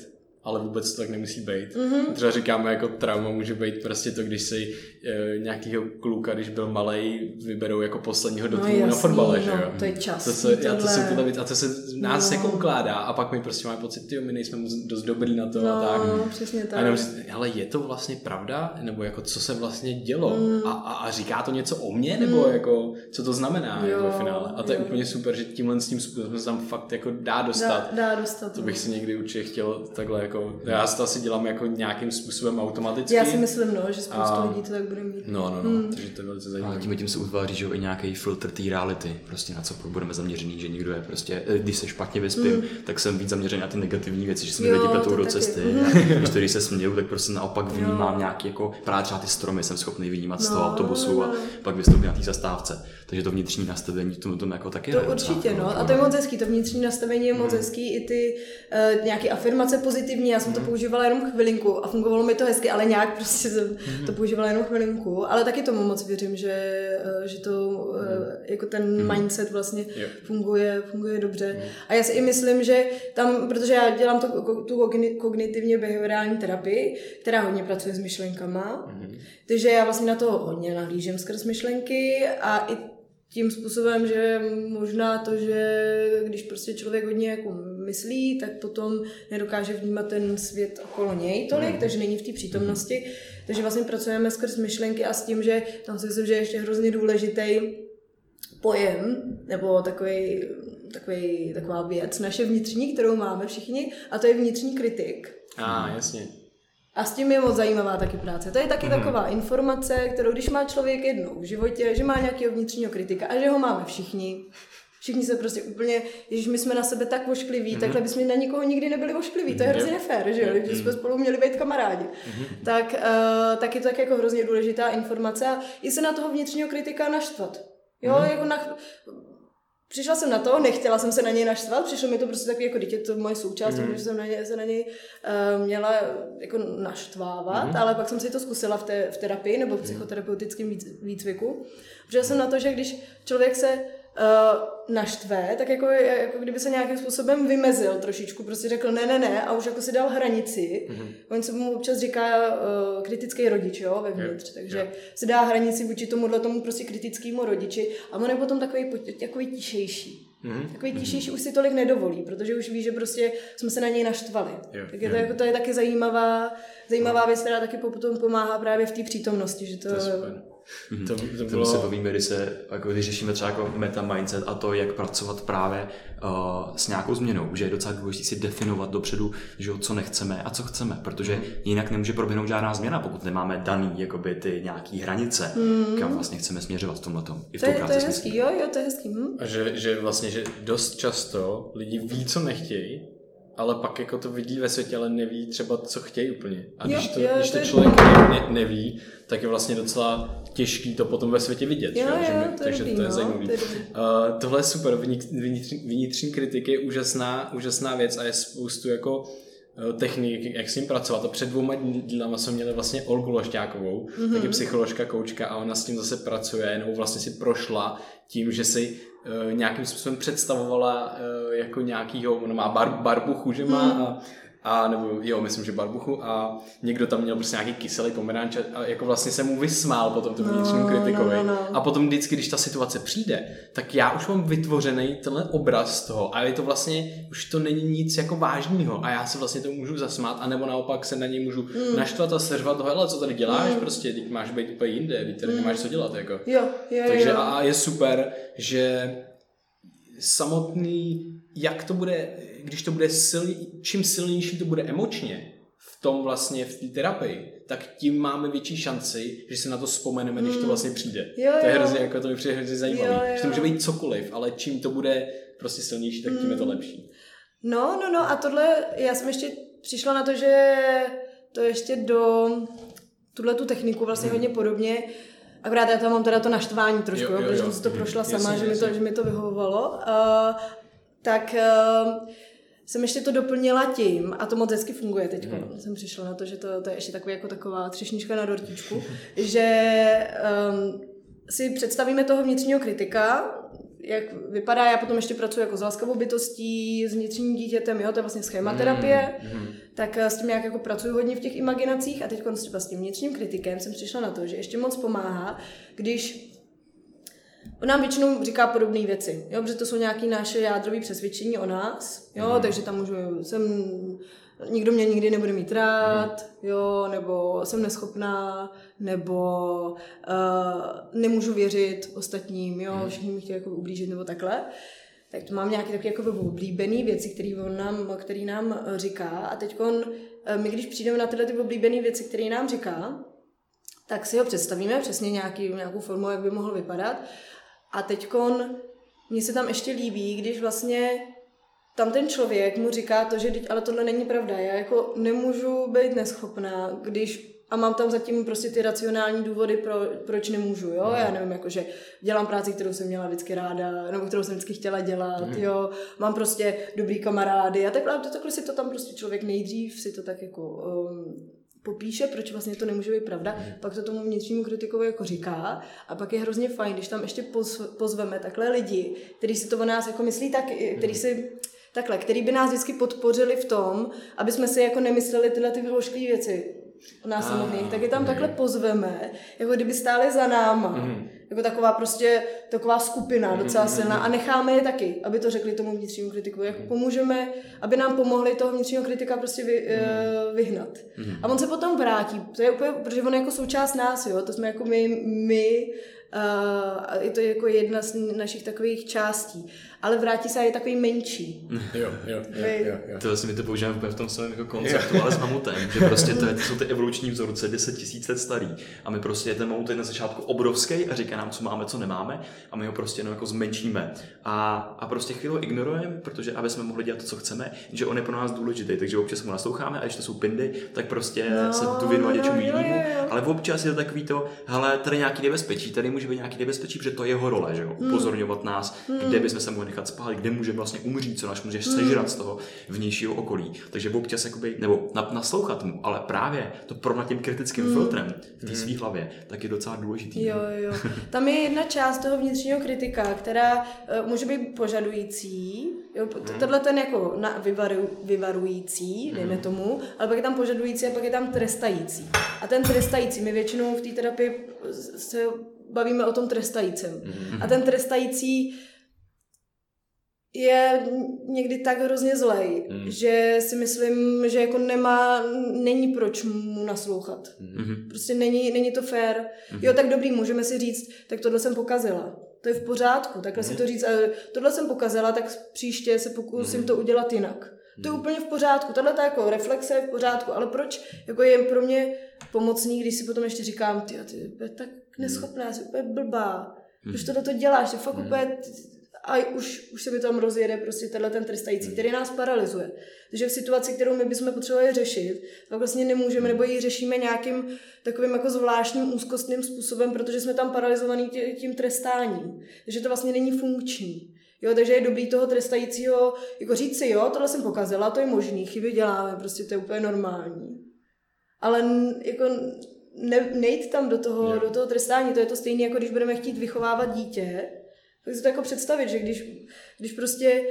ale vůbec to tak nemusí být. Třeba říkáme, jako trauma může být prostě to, když si nějakýho kluka, když byl malej, vyberou jako posledního do týmu na fotbale, že jo? To je čas. A to se nás jako ukládá a pak my prostě máme pocit, my nejsme dost dobrý na to a tak. Přesně tak. Ale je to vlastně pravda? Nebo jako co se vlastně dělo? A říká to něco o mně? Nebo jako co to znamená jako ve finále? A to je úplně super, že tímhle s tím způsobem se tam fakt jako dá dostat. Dá dostat. To bych si někdy určitě chtěl takhle jako, já si to asi dělám jako nějakým způsobem automaticky. Já si myslím, že spousta lidí to tak bude mít. Takže to je velice zajímavé. Ale tím se utváří, že i nějaký filtr té reality, prostě na co budeme zaměřený, že někdo je prostě, když se špatně vyspím, tak jsem víc zaměřený na ty negativní věci, že se mi lidi pletou do cesty. Když se směju, tak prostě naopak vnímám nějaký jako právě třeba ty stromy jsem schopný vnímat z toho autobusu a pak vystoupím na té zastávce. Takže to vnitřní nastavení v tom jako taky to určitě, a to je moc hezký, to vnitřní nastavení je moc hezký, i ty nějaké afirmace pozitivní, já jsem to používala jenom chvilinku a fungovalo mi to hezky, ale nějak prostě jsem to používala jenom chvilinku, ale taky tomu moc věřím, že to jako ten mindset vlastně funguje dobře. A já si i myslím, že tam, protože já dělám tu kognitivně behaviorální terapii, která hodně pracuje s myšlenkama, takže já vlastně na to hodně nahlížím skrz myšlenky a i tím způsobem, že možná to, že když prostě člověk hodně jako myslí, tak potom nedokáže vnímat ten svět okolo něj tolik, takže není v té přítomnosti. Takže vlastně pracujeme skrz myšlenky a s tím, že tam si myslím, že je ještě hrozně důležitý pojem, nebo taková věc, naše vnitřní, kterou máme všichni, a to je vnitřní kritik. Jasně. A s tím je moc zajímavá taky práce. To je taky taková informace, kterou když má člověk jednou v životě, že má nějakého vnitřního kritika a že ho máme všichni. Všichni se prostě úplně, když my jsme na sebe tak oškliví, takhle bychom na nikoho nikdy nebyli oškliví. To je hrozně nefér, že jo? Když jsme spolu měli být kamarádi. Tak je to tak jako hrozně důležitá informace a i se na toho vnitřního kritika naštvat. Jo, jako přišla jsem na to, nechtěla jsem se na něj naštvat, přišlo mi to prostě takový jako dítě, to moje součást, že jsem se na něj měla jako naštvávat, ale pak jsem si to zkusila v terapii nebo v psychoterapeutickém výcviku. Přišla jsem na to, že když člověk se naštve, tak jako kdyby se nějakým způsobem vymezil trošičku, prostě řekl ne a už jako si dal hranici. On se mu občas říká kritický rodič, jo, vevnitř, takže si dá hranici vůči tomu prostě kritickému rodiči a on je potom takový tišejší. Takový tišejší už si tolik nedovolí, protože už ví, že prostě jsme se na něj naštvali. Tak to je taky zajímavá věc, která taky potom pomáhá právě v té přítomnosti, že to To bylo... se bavíme, když řešíme třeba jako meta mindset a to, jak pracovat právě s nějakou změnou, že je docela důležité si definovat dopředu, že co nechceme a co chceme, protože jinak nemůže proběhnout žádná změna, pokud nemáme daný jakoby ty nějaký hranice, kam vlastně chceme směřovat v tomhletom. I v tom to je hezký, jo, to je hezký. A že vlastně, že dost často lidi ví, co nechtějí, ale pak jako to vidí ve světě, ale neví třeba, co chtějí úplně. A když to člověk neví, tak je vlastně docela těžký to potom ve světě vidět. Takže to je zajímavé. Tohle je super. Vnitřní kritik je úžasná věc a je spoustu jako technik, jak s ním pracovat. A před 2 dílama jsme měli vlastně Olgu Lošťákovou, taky psycholožka, koučka a ona s tím zase pracuje, nebo vlastně si prošla tím, že si nějakým způsobem představovala jako nějakýho, ona má barbuchu, že má myslím, že barbuchu a někdo tam měl prostě nějaký kyselý pomeranč a jako vlastně se mu vysmál potom tomu vnitřnímu kritikovi. A potom vždycky, když ta situace přijde, tak já už mám vytvořený tenhle obraz toho a je to vlastně, už to není nic jako vážného a já se vlastně tomu můžu zasmát anebo naopak se na něj můžu naštvat a seřvat toho, hele, co tady děláš, prostě, teď máš být úplně jinde, teď tady nemáš co dělat, jako. Takže a je super, že samotný, jak to bude, když to bude čím silnější to bude emočně v tom vlastně v té terapii, tak tím máme větší šanci, že si na to vzpomeneme, když to vlastně přijde. To je hrozně, jako to mi přijde hrozně zajímavé. Že to může být cokoliv, ale čím to bude prostě silnější, tak tím je to lepší. No a tohle, já jsem ještě přišla na to, že to ještě do tu techniku vlastně hodně podobně. Akorát já tam mám teda to naštvání trošku, protože jsem si to prošla sama, že mi to vyhovovalo. Tak jsem ještě to doplnila tím, a to moc hezky funguje teď. Jsem přišla na to, že to je ještě taková třešnička na dortičku, že si představíme toho vnitřního kritika, jak vypadá. Já potom ještě pracuji jako s laskavou bytostí, s vnitřním dítětem, jo, to je vlastně schématerapie, tak s tím jak jako pracuji hodně v těch imaginacích a teď s tím vnitřním kritikem jsem přišla na to, že ještě moc pomáhá, když on nám většinou říká podobné věci, jo, protože to jsou nějaké naše jádrové přesvědčení o nás, jo, takže tam nikdo mě nikdy nebude mít rád, jo, nebo jsem neschopná, nebo nemůžu věřit ostatním, jo, všichni mi chtějí jako ublížit nebo takhle. Tak to mám nějaké takové jako oblíbené věci, které nám říká a teď my, když přijdeme na tyhle ty oblíbené věci, které nám říká, tak si ho představíme přesně nějakou formu, jak by mohl vypadat. A teďkon mně se tam ještě líbí, když vlastně tam ten člověk mu říká to, že ale tohle není pravda, já jako nemůžu být neschopná, a mám tam zatím prostě ty racionální důvody, proč nemůžu, jo, já nevím, jakože dělám práci, kterou jsem měla vždycky ráda, nebo kterou jsem vždycky chtěla dělat, jo, mám prostě dobrý kamarády a takhle si to tam prostě člověk nejdřív si to tak jako popíše, proč vlastně to nemůže být pravda, pak to tomu vnitřnímu kritikovi jako říká a pak je hrozně fajn, když tam ještě pozveme takhle lidi, kteří si to o nás jako myslí který by nás vždycky podpořili v tom, aby jsme si jako nemysleli tyhle ty ošklivý věci o nás samotných, tak je tam takhle pozveme, jako kdyby stáli za náma, jako taková skupina docela silná a necháme je taky, aby to řekli tomu vnitřnímu kritikovi, jako pomůžeme, aby nám pomohli toho vnitřního kritika prostě vyhnat. A on se potom vrátí, to je úplně, protože on je jako součást nás, jo, to jsme jako my je to jako jedna z našich takových částí, ale vrátí se a je takový menší. Jo. To vlastně my to používáme úplně v tom samém jako konceptu, ale s mamutem, že prostě to jsou ty evoluční vzorce 10 000 let starý a my prostě ten mamut je na začátku obrovský a říká nám, co máme, co nemáme a my ho prostě jenom jako zmenšíme a prostě chvíli ignorujeme, protože aby jsme mohli dělat to, co chceme, že on je pro nás důležitý, takže občas mu nasloucháme a když to jsou pindy, tak prostě se tu věnuje něčemu jinému, ale občas je to takový to, hele, tady nějaký nebezpečí, tady může být nějaký nebezpečí, protože to je jeho role, že jo, upozorňovat nás, kde bychom se mohli nechat spát, kde může vlastně umřít, co nás může sežrat z toho vnějšího okolí. Takže občas jakoby, nebo naslouchat mu, ale právě to pronat tím kritickým filtrem v té svý hlavě, tak je docela důležitý. Jo. Tam je jedna část toho vnitřního kritika, která může být požadující, jo, tohle ten jako vyvarující, dejme tomu, ale pak je tam požadující a pak je tam trestající. A ten trestající, my většinou v té terapii se bavíme o tom trestajícím. A ten trestající je někdy tak hrozně zlej, že si myslím, že jako není proč mu naslouchat. Prostě není to fér. Jo, tak dobrý, můžeme si říct, tak tohle jsem pokazila. To je v pořádku, takhle si to říct, tohle jsem pokazila, tak příště se pokusím to udělat jinak. To je úplně v pořádku, tahle jako reflexe je v pořádku, ale proč jako je pro mě pomocný, když si potom ještě říkám, ty je tak neschopná, jsi úplně blbá, proč tohle to děláš, ty fakt úplně, a už se mi tam rozjede prostě tenhle ten trestající, který nás paralyzuje. Takže v situaci, kterou my bychom potřebovali řešit, tak vlastně nemůžeme, nebo ji řešíme nějakým takovým jako zvláštním úzkostným způsobem, protože jsme tam paralyzovaní tím trestáním. Takže to vlastně není funkční. Jo, takže je dobrý toho trestajícího jako říct si, jo, tohle jsem pokazila, to je možný, chyby děláme, prostě to je úplně normální. Ale jako nejít tam do toho trestání, to je to stejné, jako když budeme chtít vychovávat dítě, tak si to jako představit, že když prostě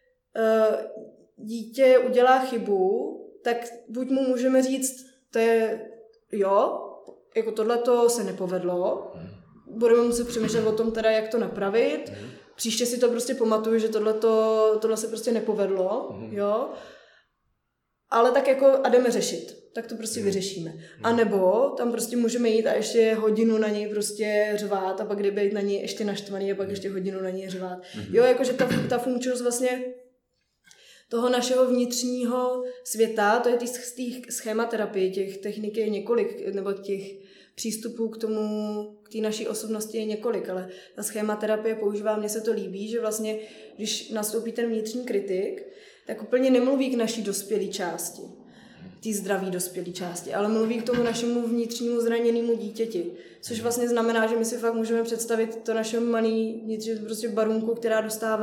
dítě udělá chybu, tak buď mu můžeme říct, to je jako tohleto se nepovedlo, budeme muset přemýšlet o tom teda, jak to napravit, příště si to prostě pamatuju, že tohle se prostě nepovedlo, jo, ale tak jako a jdeme řešit. Tak to prostě vyřešíme. A nebo tam prostě můžeme jít a ještě hodinu na něj prostě řvát a pak jde být na něj ještě naštvaný a pak ještě hodinu na něj řvát. Jo, jakože ta funkčnost vlastně toho našeho vnitřního světa, to je té schématerapie, těch technik je několik, nebo těch přístupů k té naší osobnosti je několik, ale ta schématerapie používá, mně se to líbí, že vlastně, když nastoupí ten vnitřní kritik, tak úplně nemluví k naší dospělé části, té zdraví dospělé části, ale mluví k tomu našemu vnitřnímu zraněnému dítěti, což vlastně znamená, že my si fakt můžeme představit to naše malý vnitřní prostě barunku, která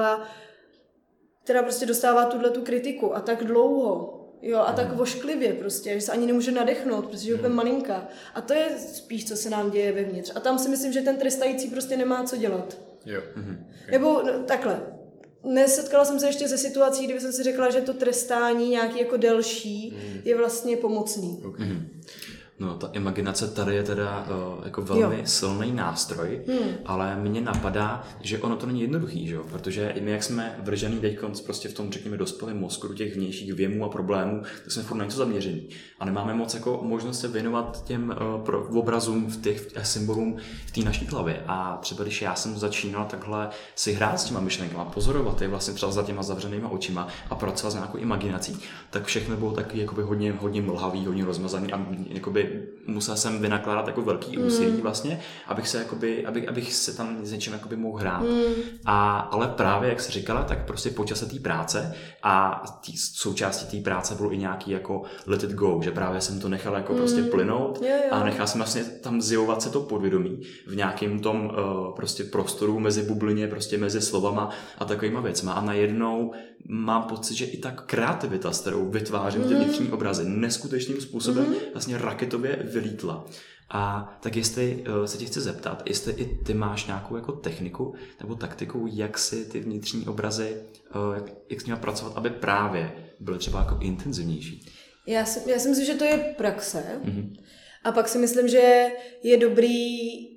prostě dostává tu kritiku a tak dlouho, jo, a tak vošklivě prostě, že se ani nemůže nadechnout, protože je úplně malinká. A to je spíš, co se nám děje vevnitř. A tam si myslím, že ten trestající prostě nemá co dělat. Jo. Okay. Nebo takhle. Nesetkala jsem se ještě ze situací, kdyby jsem si řekla, že to trestání nějaký jako delší je vlastně pomocný. Okay. No, ta imaginace tady je teda jako velmi silný nástroj, ale mně napadá, že ono to není jednoduchý, že jo? Protože my, jak jsme vržený teďkonc prostě v tom, řekněme, dospělém mozku do těch vnějších věmů a problémů, tak jsme furt na něco zaměření. A nemáme moc jako možnost se věnovat těm obrazům, v těch symbolům v té naší hlavě. A třeba když já jsem začínal takhle si hrát s těma myšlenkama, pozorovat je vlastně třeba za těma zavřenýma očima a pracovat s nějakou imaginací, tak všechno bylo taky jakoby hodně mlhavý, hodně rozmazaný a jakoby musel jsem vynakládat jako velký úsilí vlastně, abych se tam s něčím jakoby mohl hrát. Ale právě, jak jsi říkala, tak prostě po čase té práce a součástí té práce bylo i nějaký jako let it go, že právě jsem to nechal jako prostě plynout a nechal jsem vlastně tam zjevovat se to podvědomí v nějakém tom prostě prostoru mezi bublině, prostě mezi slovama a takovýma věcma. A najednou mám pocit, že i ta kreativita, s kterou vytvářím ty vnitřní obrazy, neskutečným způsobem vlastně raketově vylítla. A tak jestli se tě chci zeptat, jestli i ty máš nějakou jako techniku nebo taktiku, jak si ty vnitřní obrazy, jak s nimi pracovat, aby právě byly třeba jako intenzivnější. Já si myslím, že to je praxe. A pak si myslím, že je dobrý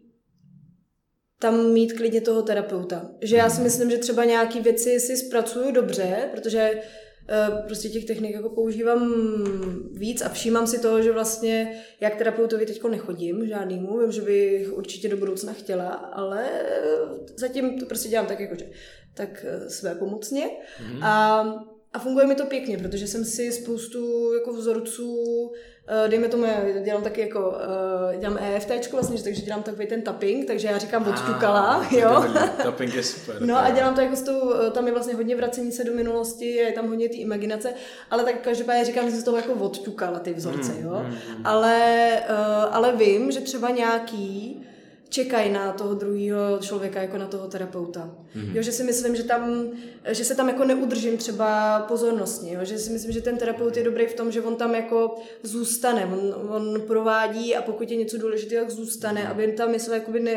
tam mít klidně toho terapeuta. Že já si myslím, že třeba nějaký věci si zpracuju dobře, protože prostě těch technik jako používám víc a všímám si toho, že vlastně já k terapeutovi teďko nechodím žádnému, vím, že bych určitě do budoucna chtěla, ale zatím to prostě dělám tak jakože tak své pomocně a funguje mi to pěkně, protože jsem si spoustu jako vzorců, dejme tomu, dělám taky jako, dělám EFTčko vlastně, takže dělám takový ten tapping, takže já říkám odťukala, jo. Tapping je super. No a dělám to jako s tou, tam je vlastně hodně vracení se do minulosti, je tam hodně té imaginace, ale tak každopádně říkám, že jsem z toho jako odťukala ty vzorce, jo. Ale vím, že třeba nějaký čekají na toho druhého člověka jako na toho terapeuta. Jo, že si myslím, že se tam jako neudržím třeba pozornostně, jo, že si myslím, že ten terapeut je dobrý v tom, že on tam jako zůstane, on provádí a pokud je něco důležitého, tak zůstane, aby ta mysl jakoby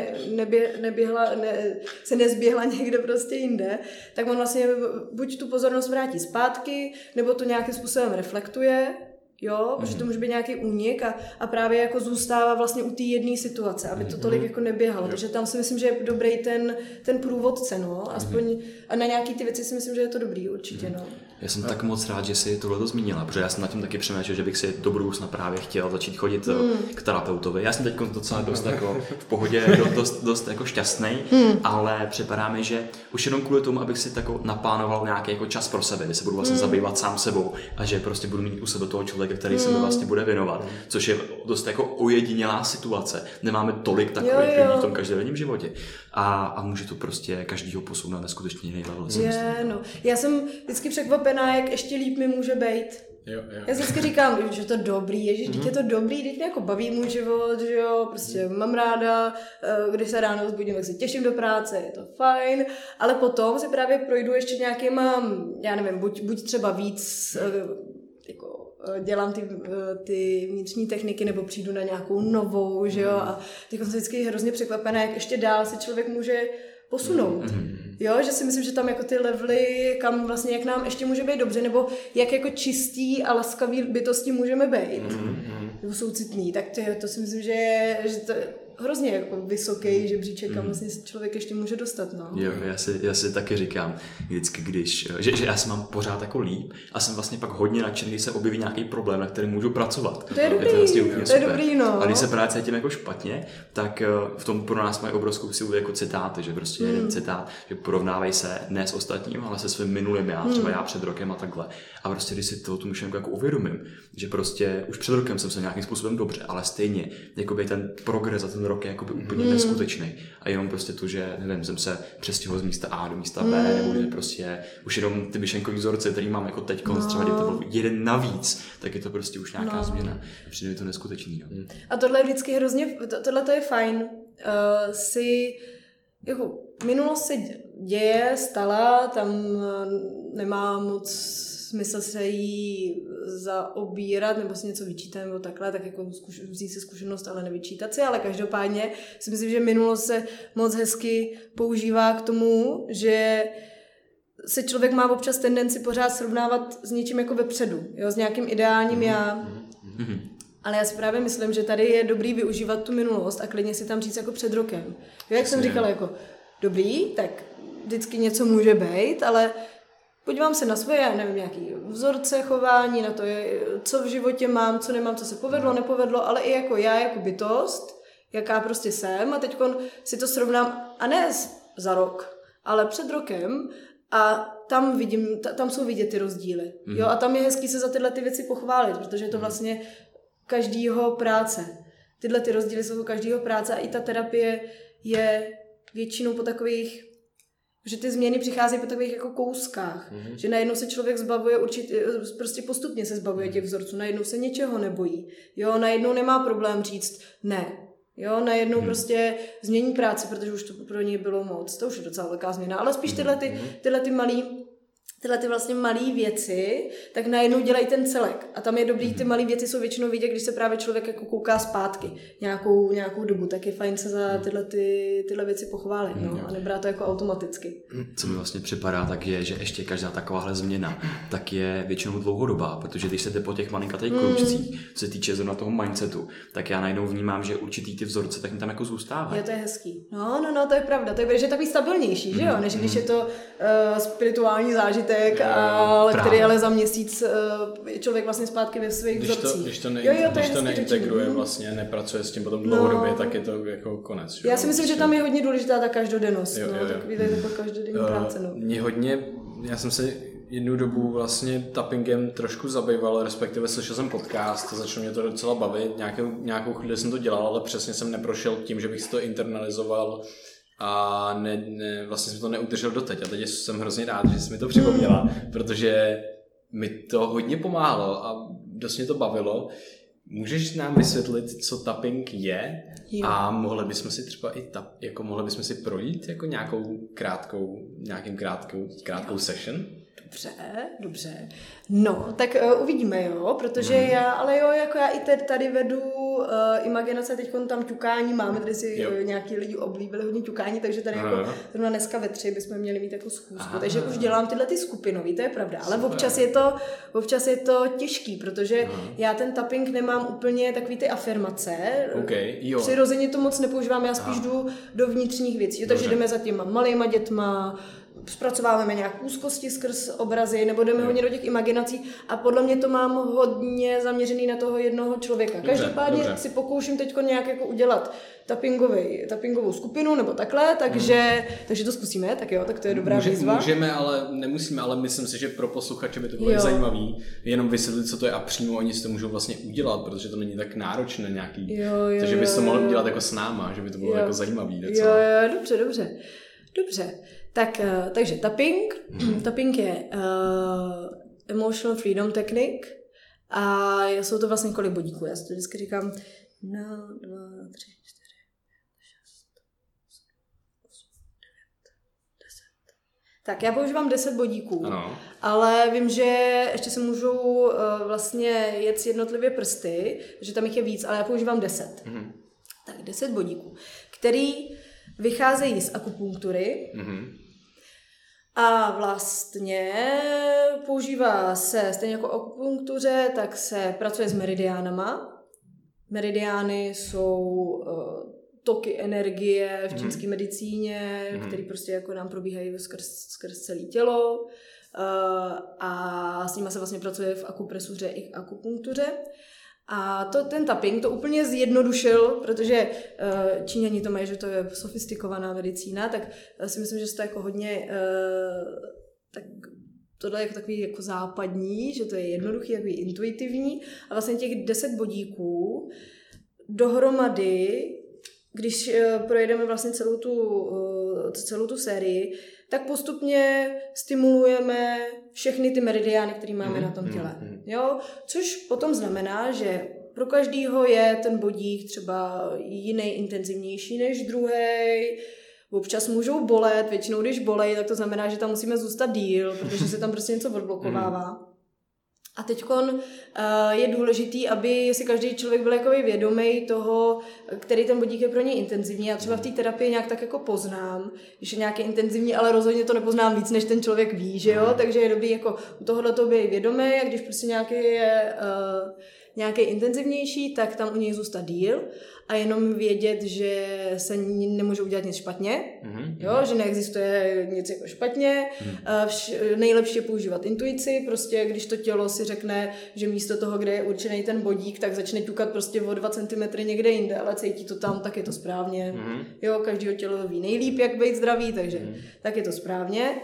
se nezběhla někde prostě jinde, tak on vlastně buď tu pozornost vrátí zpátky, nebo to nějakým způsobem reflektuje, jo, protože to může být nějaký únik a právě jako zůstává vlastně u té jedné situace, aby to tolik jako neběhalo. Takže tam si myslím, že je dobrý ten průvodce, no, aspoň a na nějaký ty věci si myslím, že je to dobrý určitě, no. Já jsem tak moc rád, že jsi tohleto zmínila, protože já jsem nad tím taky přemýšlel, že bych si do budoucna právě chtěl začít chodit k terapeutovi. Já jsem teď docela dost jako v pohodě, dost jako šťastný, ale připadá mi, že už jenom kvůli tomu, abych si tako naplánoval nějaký jako čas pro sebe, kdy se budu vlastně zabývat sám sebou a že prostě budu mít u sebe toho člověka, který se mi vlastně bude věnovat, což je dost jako ojedinělá situace. Nemáme tolik takových lidí v tom každodenním životě a může to prostě každýho posunout na skutečně jiný level. No. Já jsem vždycky překvapená, jak ještě líp mi může být. Jo. Já si vždycky říkám, že to dobrý, ježiš, teď je to dobrý, teď mě jako baví můj život, že jo, prostě mám ráda, když se ráno vzbudím, tak se těším do práce, je to fajn, ale potom si právě projdu ještě nějakýma, já nevím, buď třeba víc, jako dělám ty vnitřní techniky nebo přijdu na nějakou novou, že jo, a teď jsem vždycky hrozně překvapená, jak ještě dál se člověk může posunout. Jo, že si myslím, že tam jako ty levely, kam vlastně, jak nám ještě může být dobře, nebo jak jako čistý a laskavý bytosti můžeme být. Nebo soucitný, tak to si myslím, že to je hrozně jako vysoký žebříček, kam vlastně člověk ještě může dostat, no. Jo, já si taky říkám vždycky, že já se mám pořád jako líp a jsem vlastně pak hodně nadšený, když se objeví nějaký problém, na kterém můžu pracovat. To je dobrý, to je dobrý, no. A když se právě cítím jako špatně, tak v tom pro nás mají obrovskou sílu jako citáty, že prostě jeden citát, že porovnávej se ne s ostatním, ale se svým minulým já, třeba já před rokem a takhle. A prostě když si tu myšlenku jako uvědomím, že prostě už před rokem jsem se nějakým způsobem dobře, ale stejně jakoby ten progres za ten rok je jakoby úplně neskutečný. A jenom prostě to, že nevím, jsem se přestěhoval z místa A do místa B, nebo že prostě už jenom ty myšlenkový vzorce, který mám jako teď, třeba kdy to byl jeden navíc, tak je to prostě už nějaká změna. Přijde mi to neskutečný. No. A tohle je vždycky hrozně, tohle to je fajn. Jako minulost se děje, stala, tam nemá moc smysl se jí zaobírat nebo si něco vyčítat nebo takhle, tak jako vzít si zkušenost, ale nevyčítat si, ale každopádně si myslím, že minulost se moc hezky používá k tomu, že se člověk má občas tendenci pořád srovnávat s něčím jako vepředu, jo, s nějakým ideálním já. Ale já si právě myslím, že tady je dobrý využívat tu minulost a klidně si tam říct jako před rokem. Jo, jak jsem říkala, jako dobrý, tak vždycky něco může být, ale podívám se na svoje, já nevím, nějaký vzorce chování, na to, co v životě mám, co nemám, co se povedlo, nepovedlo, ale i jako já, jako bytost, jaká prostě jsem a teď si to srovnám, a ne za rok, ale před rokem a tam vidím, tam jsou vidět ty rozdíly. Jo, a tam je hezký se za tyhle ty věci pochválit, protože je to vlastně každýho práce. Tyhle ty rozdíly jsou každýho práce a i ta terapie je většinou po takových, že ty změny přicházejí po takových jako kouskách. Že najednou se člověk zbavuje prostě postupně se zbavuje těch vzorců, najednou se něčeho nebojí. Jo, najednou nemá problém říct ne. Jo, najednou prostě změní práci, protože už to pro něj bylo moc. To už je docela velká změna, ale spíš tyhle ty vlastně malé věci, tak najednou dělají ten celek. A tam je dobrý, ty malé věci jsou většinou vidět, když se právě člověk jako kouká zpátky nějakou dobu, tak je fajn se za tyhle věci pochválit, no, a nebrát to jako automaticky. Co mi vlastně připadá, tak je, že ještě každá takováhle změna tak je většinou dlouhodobá, protože když se jde po těch malinkatých kroužcích, co se týče zrovna toho mindsetu, tak já najednou vnímám, že určitý ty vzorce tak mi tam jako zůstávají. Jo, to je hezký. No, to je pravda. To je, že je takový stabilnější, že jo, než když je to spirituální zážitek, který ale za měsíc člověk vlastně zpátky ve svých vzorcích. Když to neintegruje vlastně, nepracuje s tím potom dlouhodobě, tak je to jako konec. Já si myslím, že tam je hodně důležitá ta každodennost. Takový každodenní práce. Já jsem se jednu dobu vlastně tappingem trošku zabýval, respektive slyšel jsem podcast a začalo mě to docela bavit. Nějakou chvíli jsem to dělal, ale přesně jsem neprošel tím, že bych si to internalizoval a vlastně jsem to neudržel doteď. A teď jsem hrozně rád, že jsi mi to připomněla, protože mi to hodně pomáhalo a dost mě to bavilo. Můžeš nám vysvětlit, co tapping je? Jo. A mohli bychom si třeba i mohli bychom si projít jako nějakou krátkou session? Dobře. No, tak uvidíme, jo, protože já i tady vedu imaginace, teď tam ťukání máme, tady si nějaký lidi oblíbili hodně ťukání, takže tady jako zrovna dneska ve 3 bychom měli mít jako schůzku, takže už dělám tyhle ty skupinový, to je pravda, ale občas je to těžký, protože já ten tapping nemám úplně takový ty afirmace, přirozeně to moc nepoužívám, já spíš jdu do vnitřních věcí, takže jdeme za těma malejma dětma, zpracováváme nějak úzkosti skrz obrazy, nebo jdeme hodně do těch imaginací a podle mě to mám hodně zaměřený na toho jednoho člověka. Každopádně si pokouším teď nějak jako udělat tappingovou skupinu nebo takhle, takže to zkusíme, tak jo, tak to je dobrá výzva. Můžeme, ale nemusíme, ale myslím si, že pro posluchače by to bylo zajímavý, jenom vysvětlit, co to je a přímo oni si to můžou vlastně udělat, protože to není tak náročné nějaký, takže bys to mohl udělat jako s náma, že by to bylo jako zajímavý. Jo, dobře. Takže tapping je emotional freedom technique a jsou to vlastně kolik bodíků. Já si to vždycky říkám 1, 2, 3, 4, 6, 8, 9, 10. Tak já používám 10 bodíků, ale vím, že ještě se můžou vlastně jet jednotlivě prsty, že tam jich je víc, ale já používám 10. Tak 10 bodíků, který vycházejí z akupunktury, a vlastně používá se stejně jako akupunktuře, tak se pracuje s meridiánama. Meridiány jsou toky energie v čínské medicíně, které prostě jako nám probíhají skrz celé tělo. A s nimi se vlastně pracuje v akupresuře i akupunktuře. A ten tapping to úplně zjednodušil, protože Číňani to mají, že to je sofistikovaná medicína, tak si myslím, že to jako hodně tak tohle je takový jako západní, že to je jednoduchý, takový intuitivní a vlastně těch 10 bodíků dohromady, když projedeme vlastně celou tu sérii, tak postupně stimulujeme všechny ty meridiány, které máme na tom těle. Jo? Což potom znamená, že pro každýho je ten bodík třeba jiný intenzivnější než druhej. Občas můžou bolet, většinou když bolej, tak to znamená, že tam musíme zůstat díl, protože se tam prostě něco odblokovává. A teďkon je důležitý, aby si každý člověk byl jako vědomý toho, který ten bodík je pro něj intenzivní. Já třeba v té terapii nějak tak jako poznám, když je nějaký intenzivní, ale rozhodně to nepoznám víc, než ten člověk ví, že jo? Takže je dobrý jako u tohohle to být vědomý, a když prostě nějaký je nějaký intenzivnější, tak tam u něj zůstat díl a jenom vědět, že se nemůže udělat nic špatně, jo? Že neexistuje nic jako špatně. Nejlepší je používat intuici, prostě když to tělo si řekne, že místo toho, kde je určený ten bodík, tak začne ťukat prostě o 2 cm někde jinde, ale cítí to tam, tak je to správně. Jo, každýho tělo ví nejlíp, jak být zdravý, takže tak je to správně.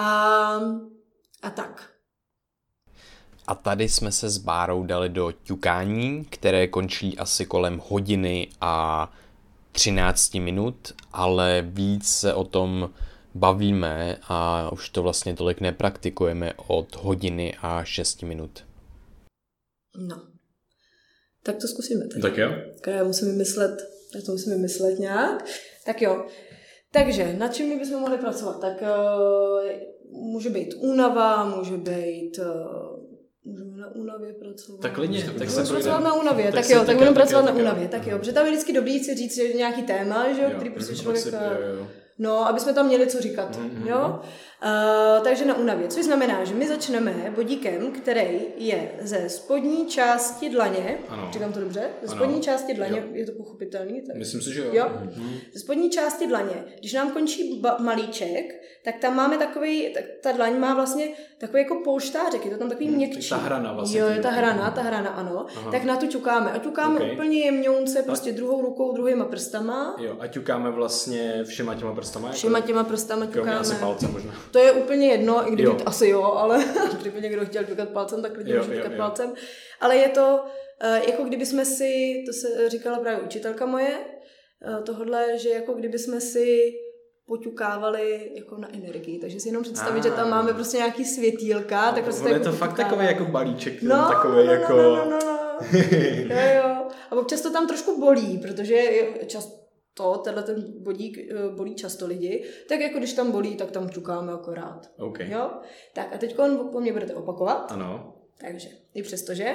A tak. A tady jsme se s Bárou dali do ťukání, které končí asi kolem hodiny a 13 minut, ale víc se o tom bavíme a už to vlastně tolik nepraktikujeme od hodiny a 6 minut. No, tak to zkusíme teď. Tak jo. Já to musím vymyslet nějak. Tak jo. Takže, na čem my bychom mohli pracovat? Tak může být únava, může být... Můžeme na únavě pracovat. Tak klidně, tak se pracovat na únavě, tak jo, tak budeme pracovat na únavě, tak jo, protože tam je vždycky dobrý si říct, že je nějaký téma, že jo, který prostě člověk... No, aby jsme tam měli co říkat, jo. Takže na únavě, což znamená, že my začneme bodíkem, který je ze spodní části dlaně, říkám to dobře, ze spodní části dlaně, je to pochopitelný? Tak... Myslím si, že jo. Jo? Ze spodní části dlaně, když nám končí malíček, tak tam máme takový, ta dlaň má vlastně takový jako polštářek, je to tam takový měkčí. Ta hrana vlastně. Jo, je ta hrana, ano. Aha. Tak na to ťukáme. A ťukáme úplně jemňounce, prostě druhou rukou, druhýma prstama. Jo, a ťukáme vlastně všema těma prstama? Všema těma prstama ťukáme. Asi palcem možná. To je úplně jedno, i kdyby asi jo, ale kdyby někdo chtěl ťukat palcem, tak klidně může ťukat palcem. Ale je to, jako kdyby jsme si, to se říkala právě učitelka moje, tohodle, že jako kdyby jsme si poťukávali jako na energii, takže si jenom představit, že tam máme prostě nějaký světýlka, tak prostě je to fakt takový jako balíček, no, takový jako... No. jo. A občas to tam trošku bolí, protože tenhle ten bodík bolí často lidi, tak jako když tam bolí, tak tam ťukáme akorát. Okay. Jo? Tak a teď po mně budete opakovat. Ano. Takže i přestože.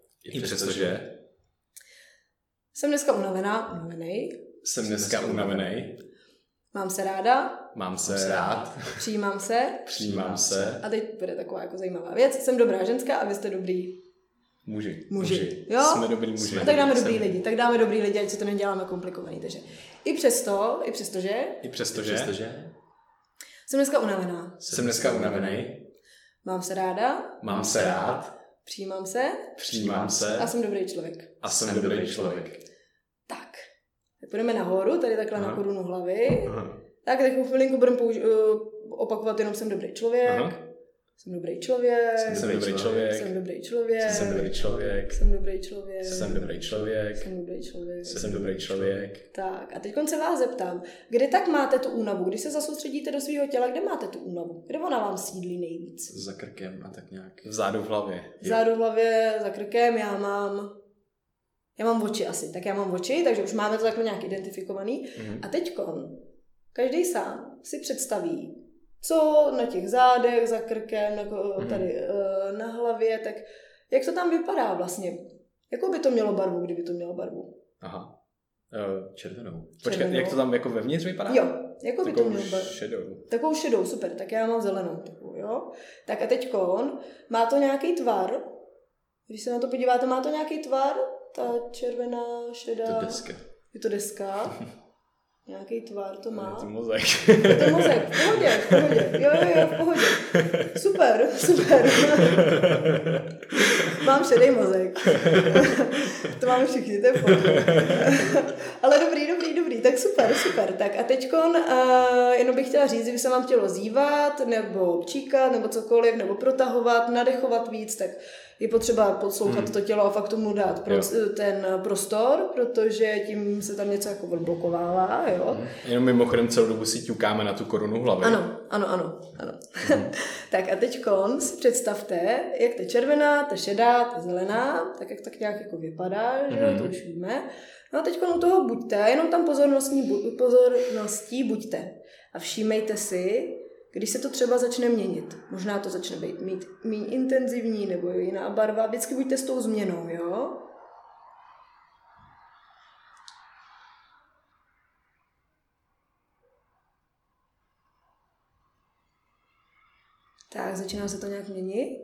Jsem dneska unavený. Jsem dneska unavený. Mám se ráda. Mám se rád. Přijímám se. A teď bude taková jako zajímavá věc. Jsem dobrá ženská a vy jste dobrý muži. Jo? Jsme dobrý muži. A tak dáme dobrý lidi, ať si to neděláme komplikovaný. Takže i přestože. Jsem dneska unavený. Mám se ráda. Přijímám se. A jsem dobrý člověk. Tak půjdeme nahoru, tady takhle na korunu hlavy. Tak teď chvilinku budeme opakovat jenom jsem dobrý člověk. Jsem dobrý člověk. Tak a teď se vás zeptám, kde tak máte tu únavu? Když se zasoustředíte do svého těla, kde máte tu únavu? Kde ona vám sídlí nejvíc? Za krkem a tak nějak. Vzadu v hlavě. Vzadu v hlavě, za krkem, já mám oči asi. Tak já mám oči, takže už máme to takhle nějak identifikovaný. A teďkon každý sám si představí, co na těch zádech, za krkem, tady na hlavě, tak jak to tam vypadá vlastně? Jakou by to mělo barvu, kdyby to mělo barvu? Aha, červenou. Počkej, jak to tam jako vevnitř vypadá? Jo, jako by to mělo barvu. Takovou šedou, super, tak já mám zelenou takovou, jo. Tak a teďkon, má to nějaký tvar, když se na to podíváte, má to nějaký tvar, ta červená, šedá. Je to deska. Nějaký tvar to má. Je to mozek. V pohodě. Jo, v pohodě. Super. Mám šedý mozek. To máme všichni, to je v pohodě. Ale dobrý, tak super. Tak a teďkon jenom bych chtěla říct, kdyby se vám chtělo zívat, nebo číkat, nebo cokoliv, nebo protahovat, nadechovat víc, tak je potřeba poslouchat to tělo a fakt tomu dát ten prostor, protože tím se tam něco jako odblokovává, jo. Jenom mimochodem celou dobu si ťukáme na tu korunu hlavy. Ano. Tak a teďkon si představte, jak ta červená, ta šedá, ta zelená, tak jak tak nějak jako vypadá, že to už víme. No a teďkon u toho buďte, jenom tam pozorností buďte. A všímejte si, když se to třeba začne měnit, možná to začne mít méně intenzivní nebo jiná barva, vždycky buďte s tou změnou, jo? Tak, začíná se to nějak měnit.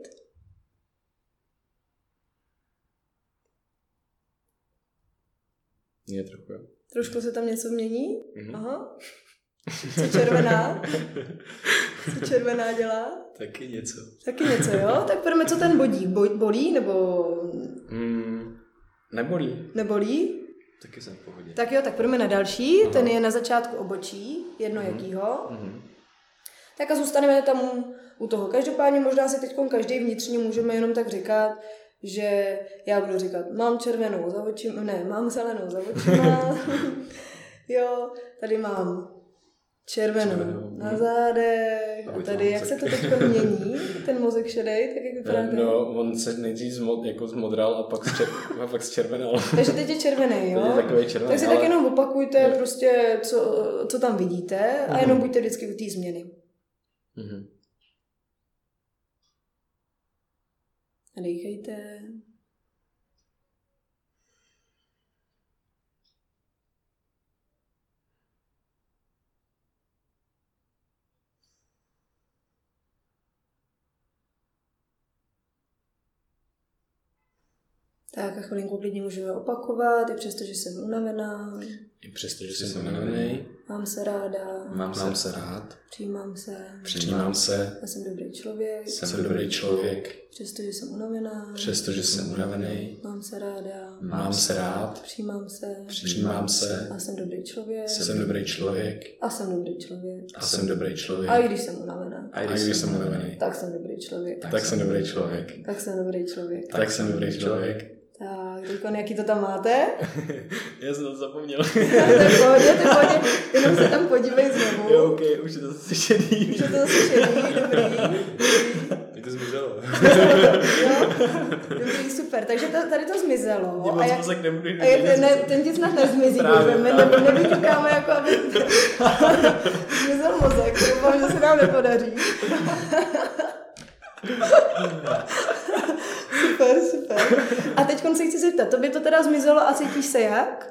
Je trochu, jo. Trošku se tam něco mění? Mhm. Aha. Co červená? Co červená dělá? Taky něco. Taky něco, jo? Tak pojďme, co ten bodík. Bolí nebo... Nebolí. Nebolí? Taky jsem v pohodě. Tak jo, tak pojďme na další. Aha. Ten je na začátku obočí, jedno jakýho. Tak a zůstaneme tam u toho. Každopádně možná si teď každý vnitřně můžeme jenom tak říkat, že já budu říkat, mám červenou za očima, ne, mám zelenou za očima. Jo, tady mám červenou na zádech. A tady, jak se to teď mění, ten mozek šedej, tak jak vypadá ten? No, on se nejdřív zmodral a pak zčervenal. Takže teď je červený, jo? Teď je takový červený, tak si tak jenom opakujte prostě, co tam vidíte a jenom buďte vždycky u té změny. A dejchejte. Tak a chvilinku klidně můžeme opakovat, i přesto, že jsem unavená. I přesto, že jsem unavený. Mám se ráda. Mám se rád. Přijímám se. Já jsem dobrý člověk. Přestože jsem unavený. Mám se rád. Přijímám se. A jsem dobrý člověk. A jsem dobrý člověk. A i když jsem unavená. Tak jsem dobrý člověk. Tak teďko jaký to tam máte? Já jsem to zapomněl. To je v pohodě, jenom se tam podívej znovu. Jo, ok, už je to zase šedý. Dobrý. Jak to zmizelo. Jo, dobrý, super. Takže tady to zmizelo. A mozek nebude ten ti snad nezmizí, my nevyťukáme, jako aby zmizel mozek. Doufám, že se nám nepodaří. Super. A teď se chci zeptat, tobě to teda zmizelo a cítíš se jak?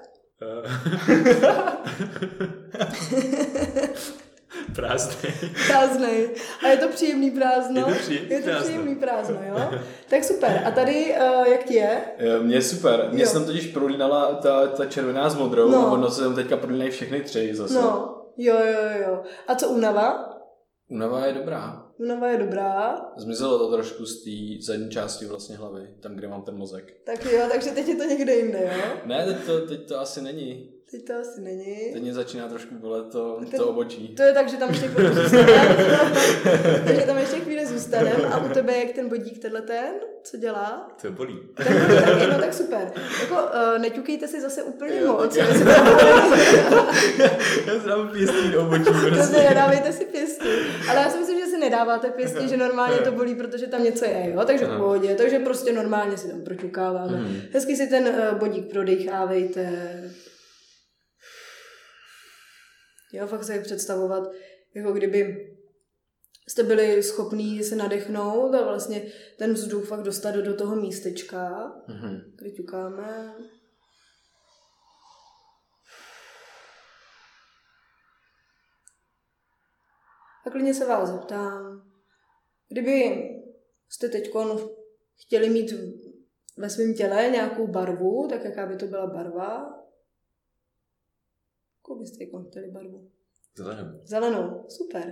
Prázdnej. A je to příjemný prázdno? Je to příjemný prázdno, jo? Tak super. A tady, jak ti je? Mně je super. Mně se tam totiž prolínala ta červená s modrou a ono se tam teďka prolínají všechny tři zase. No, jo. A co únava? Únava je dobrá. Zmizelo to trošku z té zadní části vlastně hlavy, tam, kde mám ten mozek. Tak jo, takže teď je to někde jinde, jo? Ne, teď to asi není. Teď mě začíná trošku bolet to obočí. To je tak, že tam ještě chvíli zůstaneme. Takže tam ještě chvíli zůstaneme. A u tebe jak ten bodík ten, co dělá? To bolí. Tak super. Jako neťukejte si zase úplně moc. Já si dám pěstí do obočí. Nedávejte si pěstí. Ale já si myslím, že si nedáváte pěstí, že normálně to bolí, protože tam něco je, jo? Takže v pohodě. Takže prostě normálně si tam proťukáváme. Hezky si ten bodík prodejchávejte. Jo, fakt se představovat, jako kdyby jste byli schopní se nadechnout a vlastně ten vzduch fakt dostat do toho místečka, kde ťukáme. A klidně se vás zeptám, kdyby jste teď chtěli mít ve svém těle nějakou barvu, tak jaká by to byla barva? Jakou byste chtěli barvu? Zelenou, super.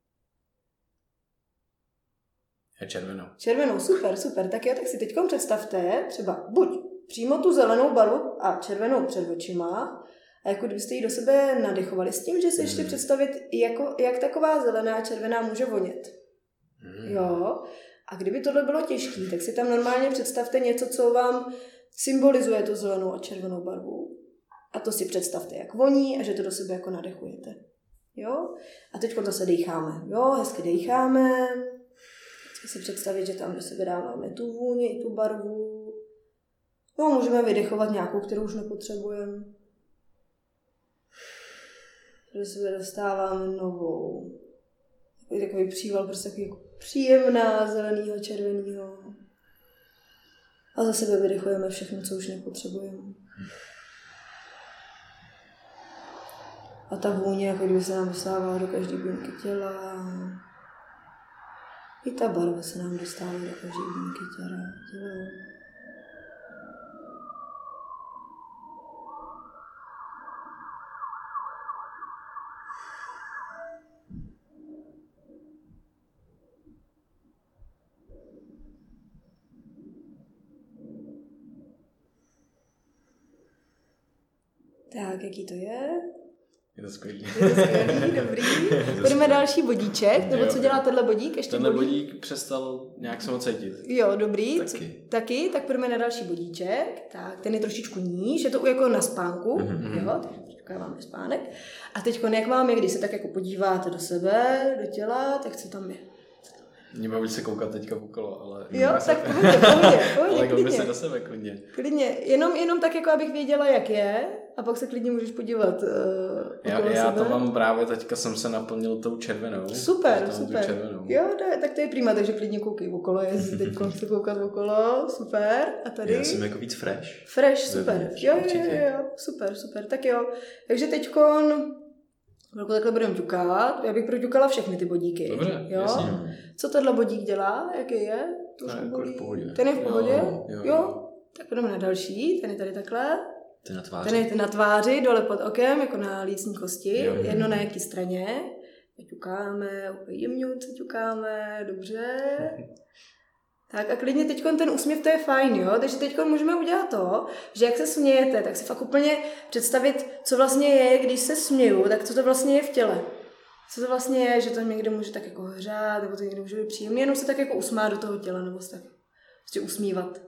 Je Červenou, super. Tak jo, tak si teď představte třeba buď přímo tu zelenou barvu a červenou před očima, a jako kdybyste ji do sebe nadechovali s tím, že si ještě představit, jak taková zelená a červená může vonět. Jo. A kdyby tohle bylo těžké, tak si tam normálně představte něco, co vám symbolizuje tu zelenou a červenou barvu. A to si představte, jak voní a že to do sebe jako nadechujete. Jo? A teď zase dejcháme. Jo, hezky dejcháme. Chci si představit, že tam do sebe dáváme tu vůni i tu barvu. Jo, můžeme vydechovat nějakou, kterou už nepotřebujeme. Do sebe dostáváme novou. Je takový příval, prostě takový jako příjemná, zelenýho, červenýho. A za sebe vydechujeme všechno, co už nepotřebujeme. A ta vůně, jako kdyby se nám dostává do každé buňky těla. I ta barva se nám dostává do každé buňky těla. Tak, jaký to je? Je to skvělý. Dobrý. Půjdeme další bodíček, nebo co dělá tenhle bodík? Ještě tenhle bodík přestal nějak se moc cítit. Jo, dobrý. Taky. Tak půjdeme na další bodíček. Tak, ten je trošičku níž, je to jako na spánku. Jo, takže máme spánek. A teď, jak vám je, když se tak jako podíváte do sebe, do těla, tak co tam je? Mě baví se koukat teďka okolo, ale... Jo, tak pohodě, ale klidně se do sebe, klidně. Klidně, jenom tak, jako abych věděla, jak je, a pak se klidně můžeš podívat já to mám právě, teďka jsem se naplnil tou červenou. Super. Červenou. Jo, tak to je prima, takže klidně koukej okolo, jestli teď chci koukat okolo, super. A tady? Já jsem jako víc fresh. Fresh, super. Jo, super, tak jo. Takže teďkon... Velkou takhle budeme ťukat. Já bych proťukala všechny ty bodíky. Dobře, jo? Jasně. Co tenhle bodík dělá? Jaký je? Jako v pohodě. Ten je v pohodě? Jo. Tak jdeme na další. Ten je tady takhle. Ten na tváři. Ten je na tváři, dole pod okem, jako na lícní kosti. Jo. Jedno na jaký straně. Ťukáme, úplně jemňouce ťukáme, dobře. Tak a klidně teďkon ten úsměv, to je fajn, jo? Takže teďkon můžeme udělat to, že jak se smějete, tak si fakt úplně představit, co vlastně je, když se směju, tak co to vlastně je v těle. Co to vlastně je, že to někde může tak jako hřát, nebo to někde může být příjemný, jenom se tak jako usmát do toho těla, nebo se tak prostě usmívat.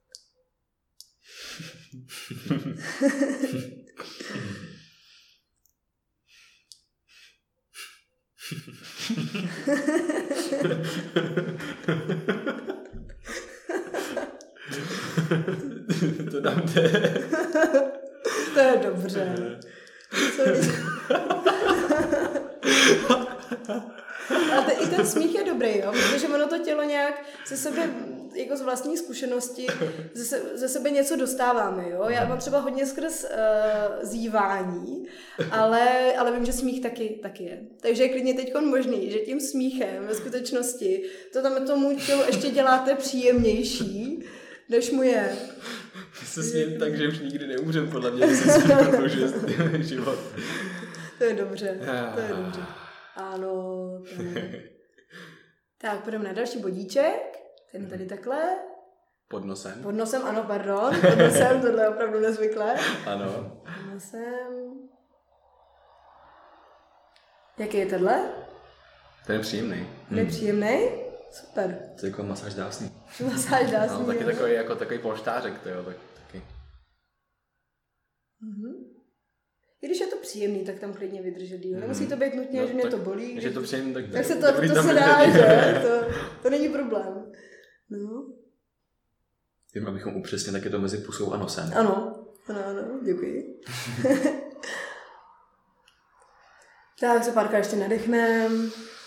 To tam jde. To je dobře. Ale i ten smích je dobrý, jo? Protože ono to tělo nějak ze sebe, jako z vlastní zkušenosti, ze sebe něco dostáváme. Jo? Já mám třeba hodně skrz zívání, ale vím, že smích taky je. Takže je klidně teď možný, že tím smíchem ve skutečnosti to tam tomu tělu ještě děláte příjemnější, než mu je. Ty se smějím tak, že už nikdy neumřem, podle mě, se smím prodloužit život. To je dobře. Ano, tak, půjdeme na další bodíček. Ten tady takhle. Pod nosem? Pod nosem, ano, pardon. Pod nosem, tohle je opravdu nezvyklé. Ano. Pod nosem. Jaký je tenhle? Ten je příjemný. Ten je příjemný? Super. To je jako masáž dásný. Masáž dásný. No, taky takový, jako takový polštářek, to jo, taky. I když je to příjemný, tak tam klidně vydržet díl. Nemusí to být nutně, že mě to bolí. Když je to příjemný, tak se to se dá, že? To není problém. No. Jenom abychom upřesnili, tak je to mezi pusou a nosem. Ano, děkuji. Tak se párkrát ještě nadechneme.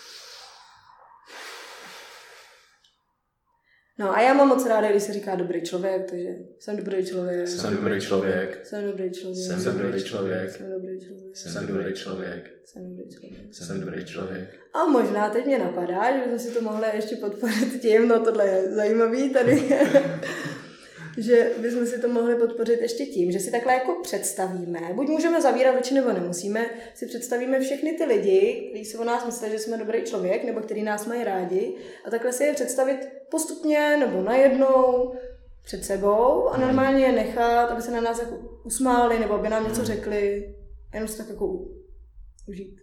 No a já mám moc ráda, když se říká dobrý člověk, takže jsem dobrý člověk. Jsem dobrý člověk. Jsem dobrý člověk. Jsem dobrý člověk. Jsem dobrý člověk. Jsem dobrý člověk. Jsem dobrý člověk. Jsem dobrý člověk. A možná teď mě napadá, že bychom si to mohli ještě podpořit tím, no tohle je zajímavý tady, že bychom si to mohli podpořit ještě tím, že si takhle jako představíme, buď můžeme zavírat oči, nebo nemusíme, si představíme všechny ty lidi, kteří si o nás myslí, že jsme dobrý člověk, nebo kteří nás mají rádi, a takhle si je představit postupně nebo najednou před sebou a normálně je nechat, aby se na nás jako usmáli, nebo aby nám něco řekli, jenom si tak jako užít.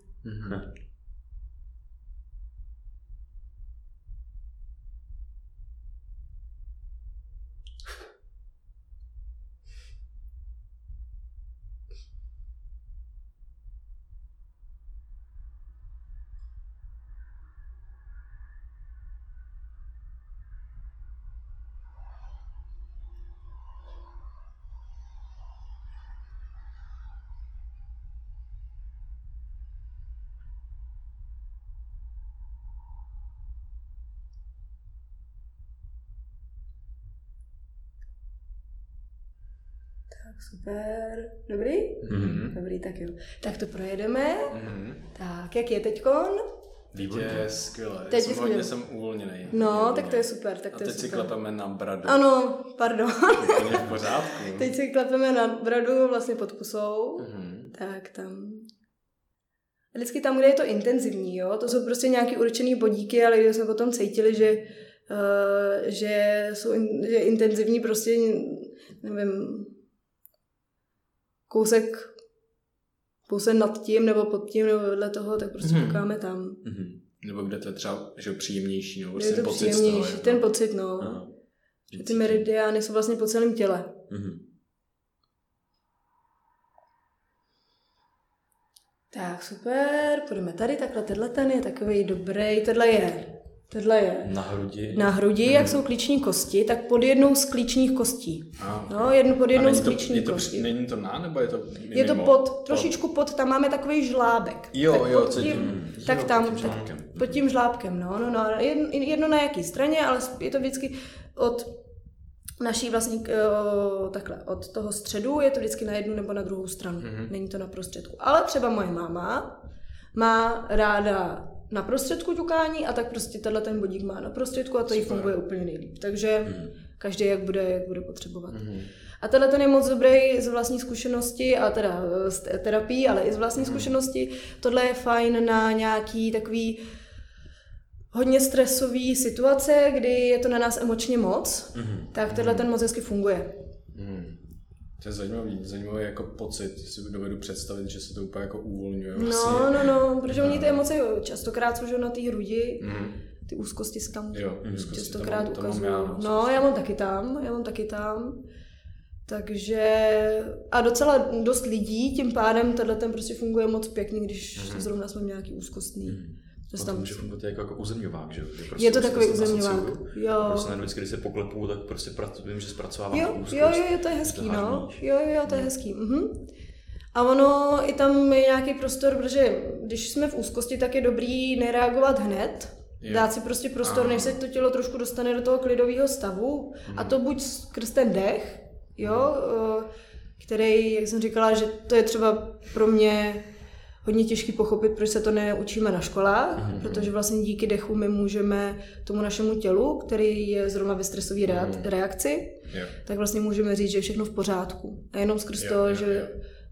Tak super. Dobrý? Dobrý, tak jo. Tak to projedeme. Tak, jak je teďkon? Výborně. Je skvěle. Teď jsem uvolněný. No, tak to je super. Tak to a teď si klepeme na bradu. Ano, pardon. Úplně v pořádku. Teď si klepeme na bradu vlastně pod pusou. Tak tam. Vždycky tam, kde je to intenzivní, jo. To jsou prostě nějaký určený bodíky, ale když jsme potom cítili, že je intenzivní prostě, nevím, kousek nad tím, nebo pod tím, nebo vedle toho, tak prostě koukáme tam. Nebo kde to je třeba, že příjemnější, no, je to pocit příjemnější, z toho, ten pocit, no. Že ty meridiány jsou vlastně po celém těle. Tak, super, půjdeme tady, takhle, tenhle ten je takovej dobrý, tenhle je na hrudi, jak jsou klíční kosti, tak pod jednou z klíčních kostí. Pod jednou z klíčních kostí. Není to nebo je to mimo? Je to trošičku pod, tam máme takový žlábek. Tak tam, pod tím žlábkem, no. Jedno na jaký straně, ale je to vždycky od naší vlastní, takhle, od toho středu je to vždycky na jednu nebo na druhou stranu. Není to na prostředku. Ale třeba moje máma má ráda na prostředku ťukání a tak prostě tenhle ten bodík má na prostředku a to jí funguje úplně nejlíp. Takže každý jak bude potřebovat. A tenhle ten je moc dobrý z vlastní zkušenosti a teda z terapii, ale i z vlastní zkušenosti. Tohle je fajn na nějaký takový hodně stresový situace, kdy je to na nás emočně moc, tak tenhle ten moc hezky funguje. To je zajímavý jako pocit, si dovedu představit, že se to úplně jako uvolňuje. No, protože oni ty emoce častokrát jsou na té hrudi, ty úzkosti se tam častokrát ukazují. No, já mám taky tam. Takže a docela dost lidí, tím pádem tenhle ten prostě funguje moc pěkně, když zrovna jsme nějaký úzkostný. To může fungovat jako uzemňovák, že? Je to takový uzemňovák, jo. Prostě najednou vždycky, když se poklepu, tak prostě vím, že zpracovávám tu úzkost. Jo, to je hezký, no. Jo, to je hezký. A ono, i tam je nějaký prostor, protože když jsme v úzkosti, tak je dobrý nereagovat hned, dát si prostě prostor, než se to tělo trošku dostane do toho klidového stavu, a to buď skrz ten dech, jo, který, jak jsem říkala, že to je třeba pro mě hodně těžký pochopit, proč se to neučíme na školách, protože vlastně díky dechu my můžeme tomu našemu tělu, který je zrovna ve stresové reakci, tak vlastně můžeme říct, že je všechno v pořádku. A jenom skrz to, že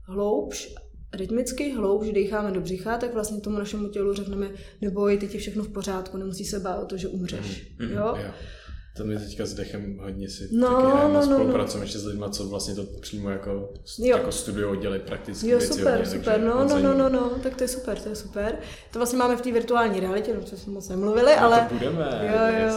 rytmicky hloubš dýcháme do břicha, tak vlastně tomu našemu tělu řekneme, neboj, teď je všechno v pořádku, nemusí se bát o to, že umřeš. Jo? To mi teďka s dechem hodně si spolupracujeme ještě s lidmi, co vlastně to přímo jako studujou, dělají prakticky věci. Super, no, tak to je super. To vlastně máme v té virtuální realitě, o čem jsme moc nemluvili, ale... to budeme,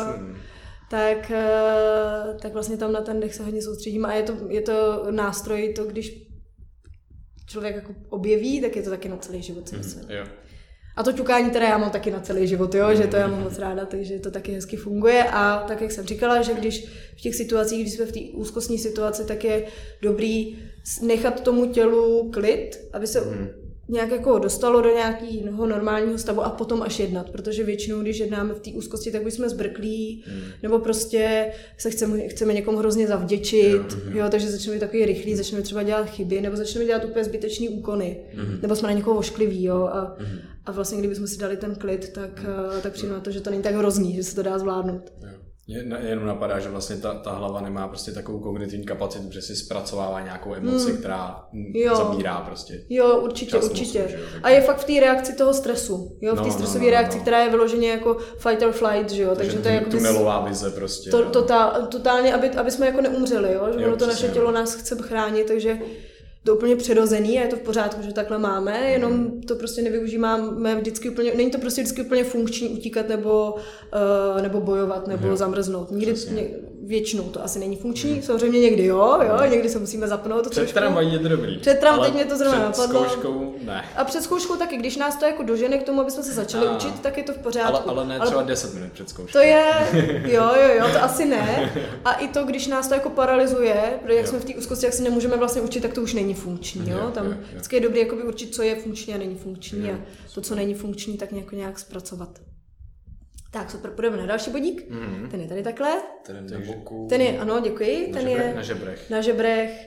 tak vlastně tam na ten dech se hodně soustředíme a je to nástroj, to když člověk jako objeví, tak je to taky na celý život. A to ťukání teda já mám taky na celý život, jo, že to já mám moc ráda, takže to taky hezky funguje a tak, jak jsem říkala, že když v těch situacích, když jsme v té úzkostní situaci, tak je dobrý nechat tomu tělu klid, aby se nějak jako dostalo do nějakého normálního stavu a potom až jednat, protože většinou, když jednáme v té úzkosti, tak už jsme zbrklí, nebo prostě se chceme někomu hrozně zavděčit, jo, takže začneme být takový rychlý, začneme třeba dělat chyby, nebo začneme dělat úplně zbytečný úkony, nebo jsme na někoho oškliví, jo, a vlastně kdybychom si dali ten klid, tak přijde na to, že to není tak hrozný, že se to dá zvládnout. Jenom napadá, že vlastně ta hlava nemá prostě takovou kognitivní kapacitu, že si zpracovává nějakou emoci, která zabírá prostě. Jo, určitě. Mozku, a je fakt v té reakci toho stresu, jo, v té stresové reakci, která je vyloženě jako fight or flight, že jo, takže to je jako tunelová vize prostě. Totálně, aby jsme jako neumřeli, jo, že to naše tělo nás chce chránit, takže to úplně přirozený a je to v pořádku, že takhle máme, jenom to prostě nevyužíváme vždycky úplně, není to prostě vždycky úplně funkční utíkat nebo bojovat nebo zamrznout. Většinou to asi není funkční, samozřejmě někdy jo, někdy se musíme zapnout. Před tramvají je to dobrý. Teď mě to zrovna napadlo. Před zkouškou ne. A před zkouškou taky, když nás to jako dožene k tomu, aby jsme se začali učit, tak je to v pořádku. Ale ne třeba 10 minut před zkouškou. To je, jo, to asi ne. A i to, když nás to jako paralyzuje, protože jak jsme v té úzkosti, jak se nemůžeme vlastně učit, tak to už není funkční, jo. Tam vždycky je dobré jakoby určit, co je funkční a není funkční a to, co není funkční, tak nějak zpracovat. Tak super, půjdeme na další bodík. Ten je tady takhle. Ten je na boku. Ten je, ano, děkuji. Ten je na žebrech. Na žebrech.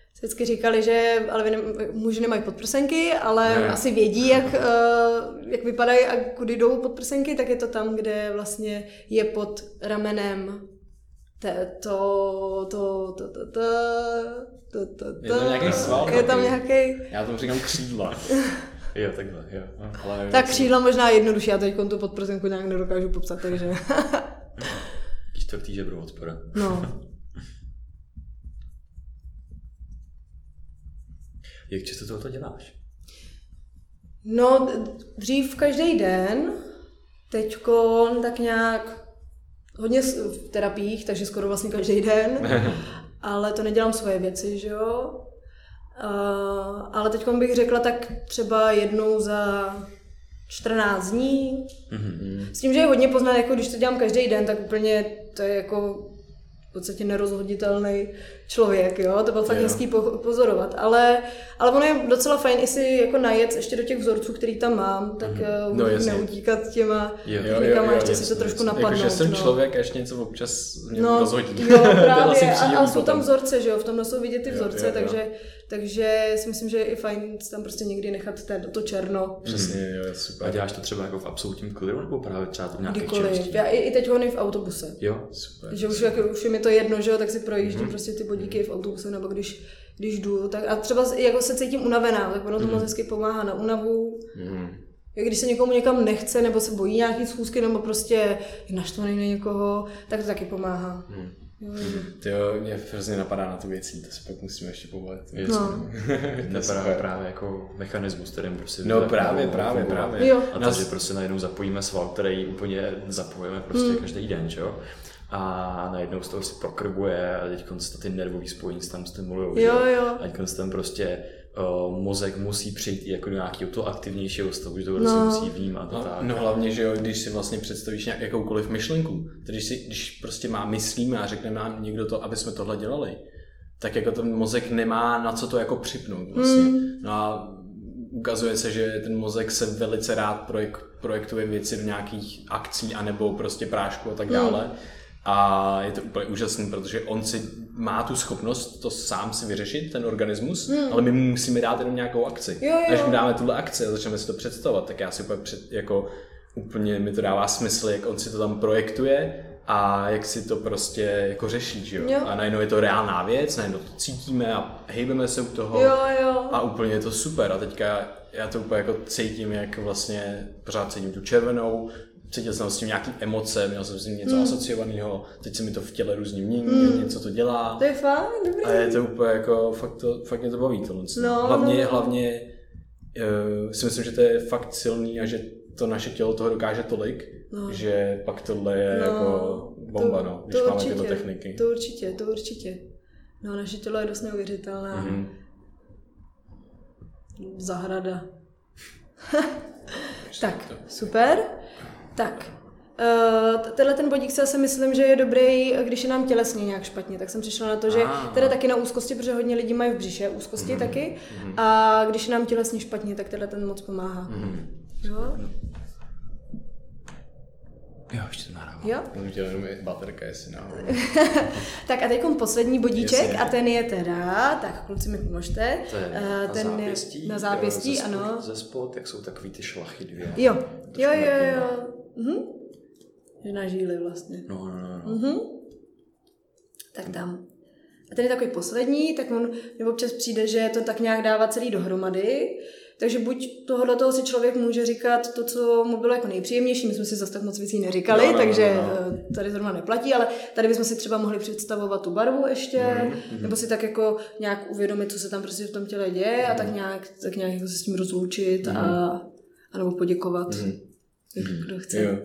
vždycky říkali, že ale muži nemají podprsenky, ale asi vědí, jak vypadají a kudy jdou podprsenky, tak je to tam, kde vlastně je pod ramenem Je to nějaký sval? Je tam nějaký... Já tomu říkám křídla. Jo, takhle, jo. Ale tak křídla možná jednodušší, já teď tu podprsenku nějak nedokážu popsat, takže... Čtvrtý žebro od spora. No. Jak často tohoto děláš? No, dřív každý den, teďko tak nějak hodně v terapiích, takže skoro vlastně každý den, ale to nedělám svoje věci, že jo. Ale teďko bych řekla tak třeba jednou za 14 dní. S tím, že je hodně poznat, jako když to dělám každý den, tak úplně to je jako v podstatě nerozhoditelný člověk, jo, to bylo fakt hezký pozorovat, ale ono je docela fajn i si jako najet ještě do těch vzorců, který tam mám, tak neutíkat těma někam a ještě si to trošku napadnout. Jakože jsem člověk a ještě něco občas mě rozhodí. Jo, právě, a jsou tam vzorce, že jo, v tomhle jsou vidět ty vzorce, takže si myslím, že je i fajn tam prostě někdy nechat to černo. Přesně, jo, super. A děláš to třeba jako v absolutním klidu, nebo právě třeba to nějaké činnosti? Já i teď hony v autobuse. Jo, super. Že už je mi to jedno, že jo, tak si projíždím prostě ty bodíky v autobuse, nebo když jdu, tak a třeba jako se cítím unavená, tak ono to moc hezky pomáhá na únavu. Když se někomu někam nechce, nebo se bojí nějaký schůzky, nebo prostě je naštvaný na někoho, tak to taky pomáhá. Tyjo, mě hrozně napadá na tu věcí, to si pak musíme ještě pobavit. To je právě jako mechanismus, kterým prostě... No právě. Jo. A to, že prostě najednou zapojíme sval, který úplně zapojíme prostě každý den, čo? A najednou z toho si prokrvuje a teď ty nervový spojení se tam stimulujou, jo. A teď tam prostě mozek musí přijít i jako do nějakého toho aktivnějšího stavu, že to prostě musí vnímat. No hlavně, že jo, když si vlastně představíš jakoukoliv myšlenku, když prostě myslíme a řekne nám někdo to, aby jsme tohle dělali, tak jako ten mozek nemá na co to jako připnout vlastně. No a ukazuje se, že ten mozek se velice rád projektuje věci do nějakých akcí anebo prostě prášku a tak dále. A je to úplně úžasný, protože on si má tu schopnost to sám si vyřešit, ten organismus, ale my mu musíme dát jenom nějakou akci. Jo. Až mu dáme tuhle akci a začneme si to představovat, tak já si úplně mi to dává smysl, jak on si to tam projektuje a jak si to prostě jako řeší, že jo? A najednou je to reálná věc, najednou to cítíme a hejbeme se u toho a úplně je to super. A teďka já to úplně jako cítím, jak vlastně pořád cítím tu červenou, cítil jsem s tím nějaký emoce, měl jsem s tím něco asociovaného, teď se mi to v těle různě mění, něco to dělá. To je fajn, dobrý. A je to úplně jako, fakt mě to baví tohle. Hlavně si myslím, že to je fakt silný a že to naše tělo toho dokáže tolik, že pak tohle je jako bomba, když máme tyto techniky. To určitě. No, naše tělo je dost neuvěřitelné. Zahrada. Tak, super. Tak, tenhle ten bodík si asi myslím, že je dobrý, když je nám tělesně nějak špatně, tak jsem přišla na to, že teda taky na úzkosti, protože hodně lidí mají v břiše úzkosti taky, a když je nám tělesně špatně, tak tenhle ten moc pomáhá. Jo? Jo, ještě to nahrávám. Jo? Můžu dělat jenom baterka, jestli náhodou. Tak a teďkom poslední bodíček a ten je teda, tak kluci mi pomožte. Ten je na zápěstí, ano. Ze spod, jak jsou takový ty šlachy dvě. Jo. Že na žíly vlastně. No. Tak tam. A ten je takový poslední, tak on občas přijde, že to tak nějak dává celý dohromady. Takže buď toho si člověk může říkat to, co mu bylo jako nejpříjemnější, my jsme si zase tak moc věcí neříkali, takže tady zrovna neplatí, ale tady bychom si třeba mohli představovat tu barvu ještě, nebo si tak jako nějak uvědomit, co se tam prostě v tom těle děje a tak nějak jako se s tím rozloučit a nebo poděkovat, kdo chce. Jo,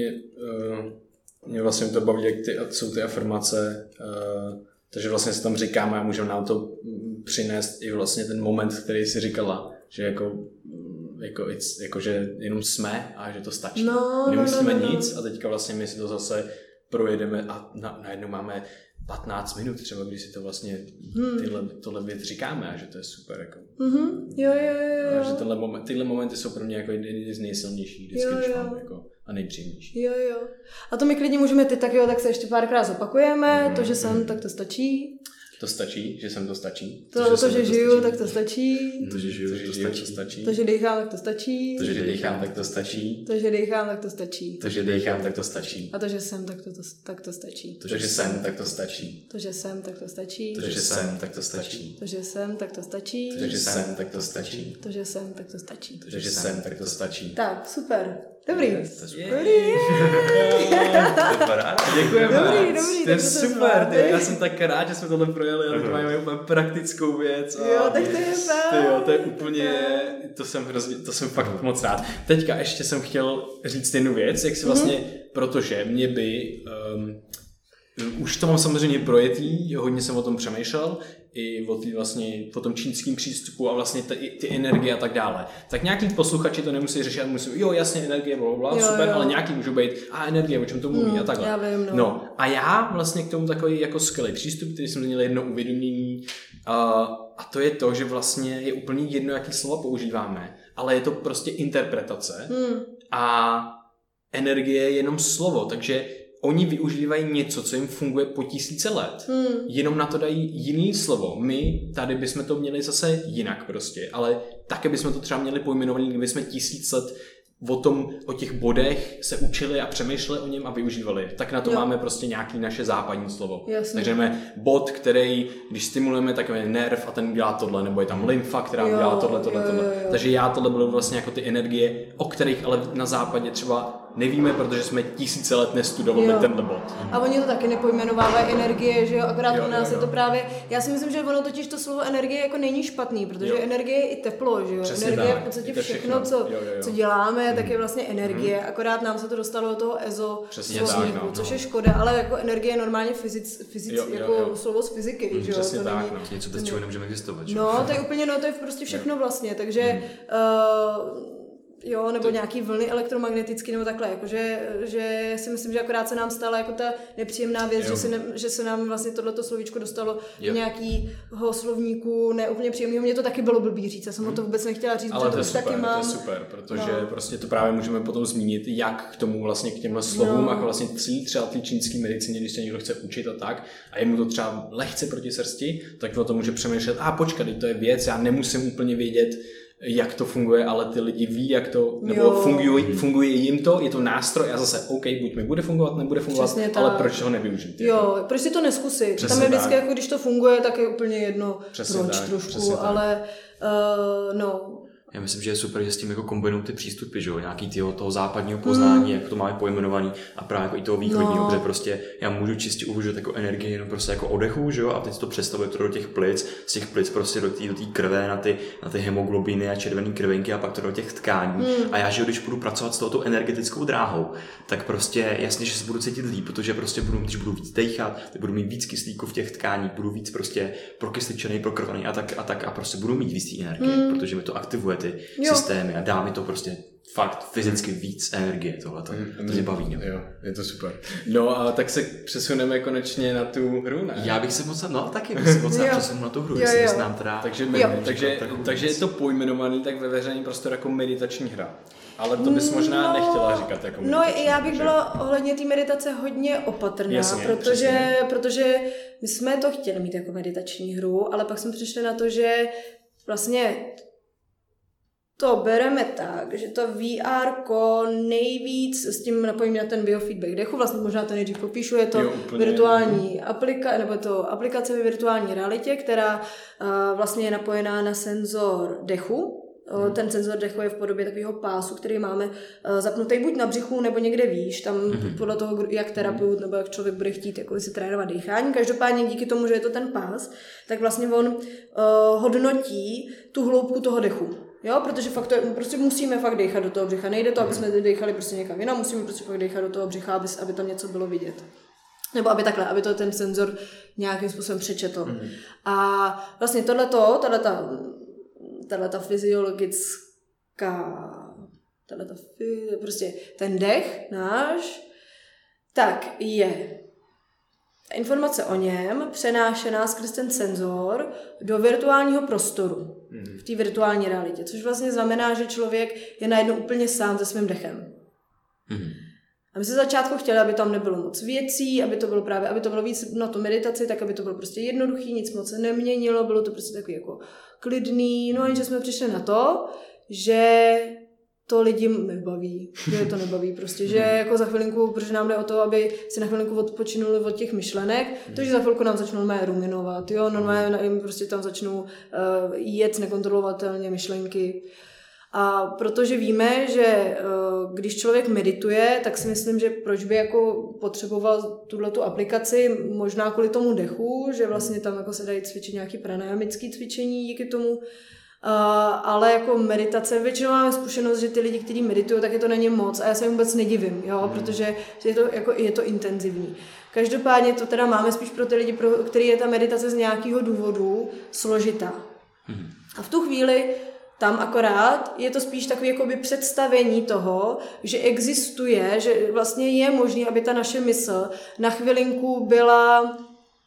mě vlastně to baví, jak jsou ty afirmace, takže vlastně se tam říkáme a můžeme nám to přinést i vlastně ten moment, který jsi říkala, že jako že jenom jsme a že to stačí. Nemusíme nic a teďka vlastně my si to zase projedeme a najednou máme 15 minut třeba, když si to vlastně tohle věc říkáme a že to je super. Jako. Jo. A že tyhle momenty jsou pro mě jako jedny z nejsilnějších vždycky, když mám jako a nejpříjemnější. Jo. A to my klidně můžeme tak se ještě párkrát zopakujeme, to, že jsem, tak to stačí. To stačí, že jsem to stačí. To, že žiju, tak to stačí. To, že žiju, to stačí. To, že dýchám, tak to stačí. To, že dýchám, tak to stačí. To, že dýchám, tak to stačí. To, že dýchám, tak to stačí. A to, že jsem, tak to stačí. To, že jsem, tak to stačí. To, že jsem, tak to stačí. To, že jsem, tak to stačí. To, že jsem, tak to stačí. To, že jsem, tak to stačí. To, že jsem, tak to stačí. To, že jsem, tak to stačí. Tak, super. Dobrý. Děkujeme. Dobrý, to je super. Já jsem tak rád, že jsme tohle projeli, ale to máme úplně praktickou věc. Jo, tak to je fajn. To je úplně, to jsem fakt moc rád. Teďka ještě jsem chtěl říct jednu věc, jak si vlastně, protože mě by, už to mám samozřejmě projetý, hodně jsem o tom přemýšlel, i o tom čínském přístupu a vlastně ty energie a tak dále. Tak nějaký posluchači to nemusí řešit, musí, jo, jasně, energie, blablabla, super, ale nějaký můžou být, energie, o čem to mluví a takhle. Já vím, no. A já vlastně k tomu takový jako skvělý přístup, který jsem měl jedno uvědomění, a to je to, že vlastně je úplně jedno, jaký slova používáme, ale je to prostě interpretace a energie je jenom slovo, takže oni využívají něco, co jim funguje po tisíce let. Jenom na to dají jiný slovo. My tady bychom to měli zase jinak prostě, ale také bychom to třeba měli pojmenovaný, kdyby jsme 1000 let o těch bodech se učili a přemýšleli o něm a využívali. Tak na to máme prostě nějaký naše západní slovo. Jasně. Takže máme bod, který, když stimulujeme, tak je nerv a ten dělá tohle, nebo je tam lymfa, která dělá tohle. Takže tohle bylo vlastně jako ty energie, o kterých ale na západě třeba nevíme, protože jsme 1000 let nestudovali tenhle bod. A oni to taky nepojmenovávají energie, že jo, akorát u nás je to právě, já si myslím, že ono totiž to slovo energie jako není špatný, protože energie je i teplo, že jo, přesně energie tak. je v podstatě všechno, co děláme, tak je vlastně energie, akorát nám se to dostalo do toho EZO slovníku, což je škoda, ale jako energie je normálně jako slovo z fyziky, že jo. Přesně tak, něco bez čeho nemůžeme existovat. No, to je úplně, to je prostě všechno vlastně, takže jo, nebo nějaký vlny elektromagnetický nebo takhle, jakože že si myslím, že akorát se nám stala jako ta nepříjemná věc, že se nám vlastně tohleto slovíčko dostalo do nějakého slovníku neúplně příjemného. Mně to taky bylo blbý říct, já jsem to vůbec nechtěla říct, ale to už taky mám. To je super, protože prostě to právě můžeme potom zmínit, jak k tomu vlastně k těmhle slovům, jako vlastně třeba ty čínský medicíně, když se někdo chce učit a tak, a je mu to třeba lehce proti srsti, tak o tom může přemýšlet, počkat, to je věc, já nemusím úplně vědět, jak to funguje, ale ty lidi ví, jak to, nebo funguje jim to, je to nástroj a zase, buď mi bude fungovat, nebude fungovat, ale proč ho nevyužít? Jo, proč si to neskusit? Tam je vždycky, jako když to funguje, tak je úplně jedno, proč trošku, ale Já myslím, že je super, že s tím jako kombinují ty přístupy, že jo, nějaký toho západního poznání, jak to máme pojmenovaný, a právě jako i toho východního, protože prostě já můžu čistě uvažovat jako energii jenom prostě jako odechu, že jo, a teď to představuje to do těch plic, z těch plic prostě do té krve na ty hemoglobiny a červené krvinky a pak to do těch tkání. A já, že když budu pracovat s touto energetickou dráhou, tak prostě jasně, že se budu cítit líp, protože prostě když budu víc dejchat, budu mít víc kyslíku v těch tkáních, budu víc prostě prokysličený, prokrvaný a prostě budu mít víc energie, protože mi to aktivuje ty systémy a dá mi to prostě fakt fyzicky víc energie tohleto. To mě baví. Jo, je to super. No a tak se přesuneme konečně na tu hru, ne? Já bych se moc přesunul na tu hru, jestli bys nám teda... Takže je to pojmenovaný tak ve veřejném prostoru jako meditační hra. Ale to bys možná nechtěla říkat jako meditační. Já bych byla ohledně té meditace hodně opatrná, protože my jsme to chtěli mít jako meditační hru, ale pak jsme přišli na to, že vlastně to bereme tak, že to VR nejvíc s tím napojím na ten biofeedback dechu, vlastně možná to nejdřív popíšu, je to virtuální aplikace ve virtuální realitě, která vlastně je napojená na senzor dechu. Ten senzor dechu je v podobě takového pásu, který máme zapnutý buď na břichu, nebo někde výš, tam podle toho, jak terapeut nebo jak člověk bude chtít jako si trénovat dýchání. Každopádně díky tomu, že je to ten pás, tak vlastně on hodnotí tu hloubku toho dechu. Jo, protože fakt prostě musíme fakt dýchat do toho břicha. Nejde to, aby jsme dýchali prostě někam jinam, musíme prostě fakt dýchat do toho břicha, aby tam něco bylo vidět. Nebo aby to ten senzor nějakým způsobem přečetl. A vlastně tato fyziologická, prostě ten dech náš, tak je informace o něm přenášená skrz ten senzor do virtuálního prostoru, v té virtuální realitě, což vlastně znamená, že člověk je najednou úplně sám se svým dechem. A my se začátku chtěli, aby tam nebylo moc věcí, aby to bylo víc na tu meditaci, tak aby to bylo prostě jednoduchý, nic moc se neměnilo, bylo to prostě takový jako klidný, no a jenže jsme přišli na to, že to lidi nebaví, že to nebaví prostě, že jako za chvilinku, protože nám jde o to, aby si na chvilinku odpočinuli od těch myšlenek, takže za chvilku nám začnou ruminovat, jo, normálně prostě tam začnou jet nekontrolovatelně myšlenky. A protože víme, že když člověk medituje, tak si myslím, že proč by jako potřeboval tuhletu aplikaci, možná kvůli tomu dechu, že vlastně tam jako se dají cvičit nějaké pranayamické cvičení díky tomu, ale jako meditace, většinou máme zkušenost, že ty lidi, kteří meditují, tak je to není moc a já se jim vůbec nedivím, jo, protože je to intenzivní. Každopádně to teda máme spíš pro ty lidi, pro který je ta meditace z nějakého důvodu složitá. A v tu chvíli tam akorát je to spíš takové jakoby představení toho, že existuje, že vlastně je možné, aby ta naše mysl na chvilinku byla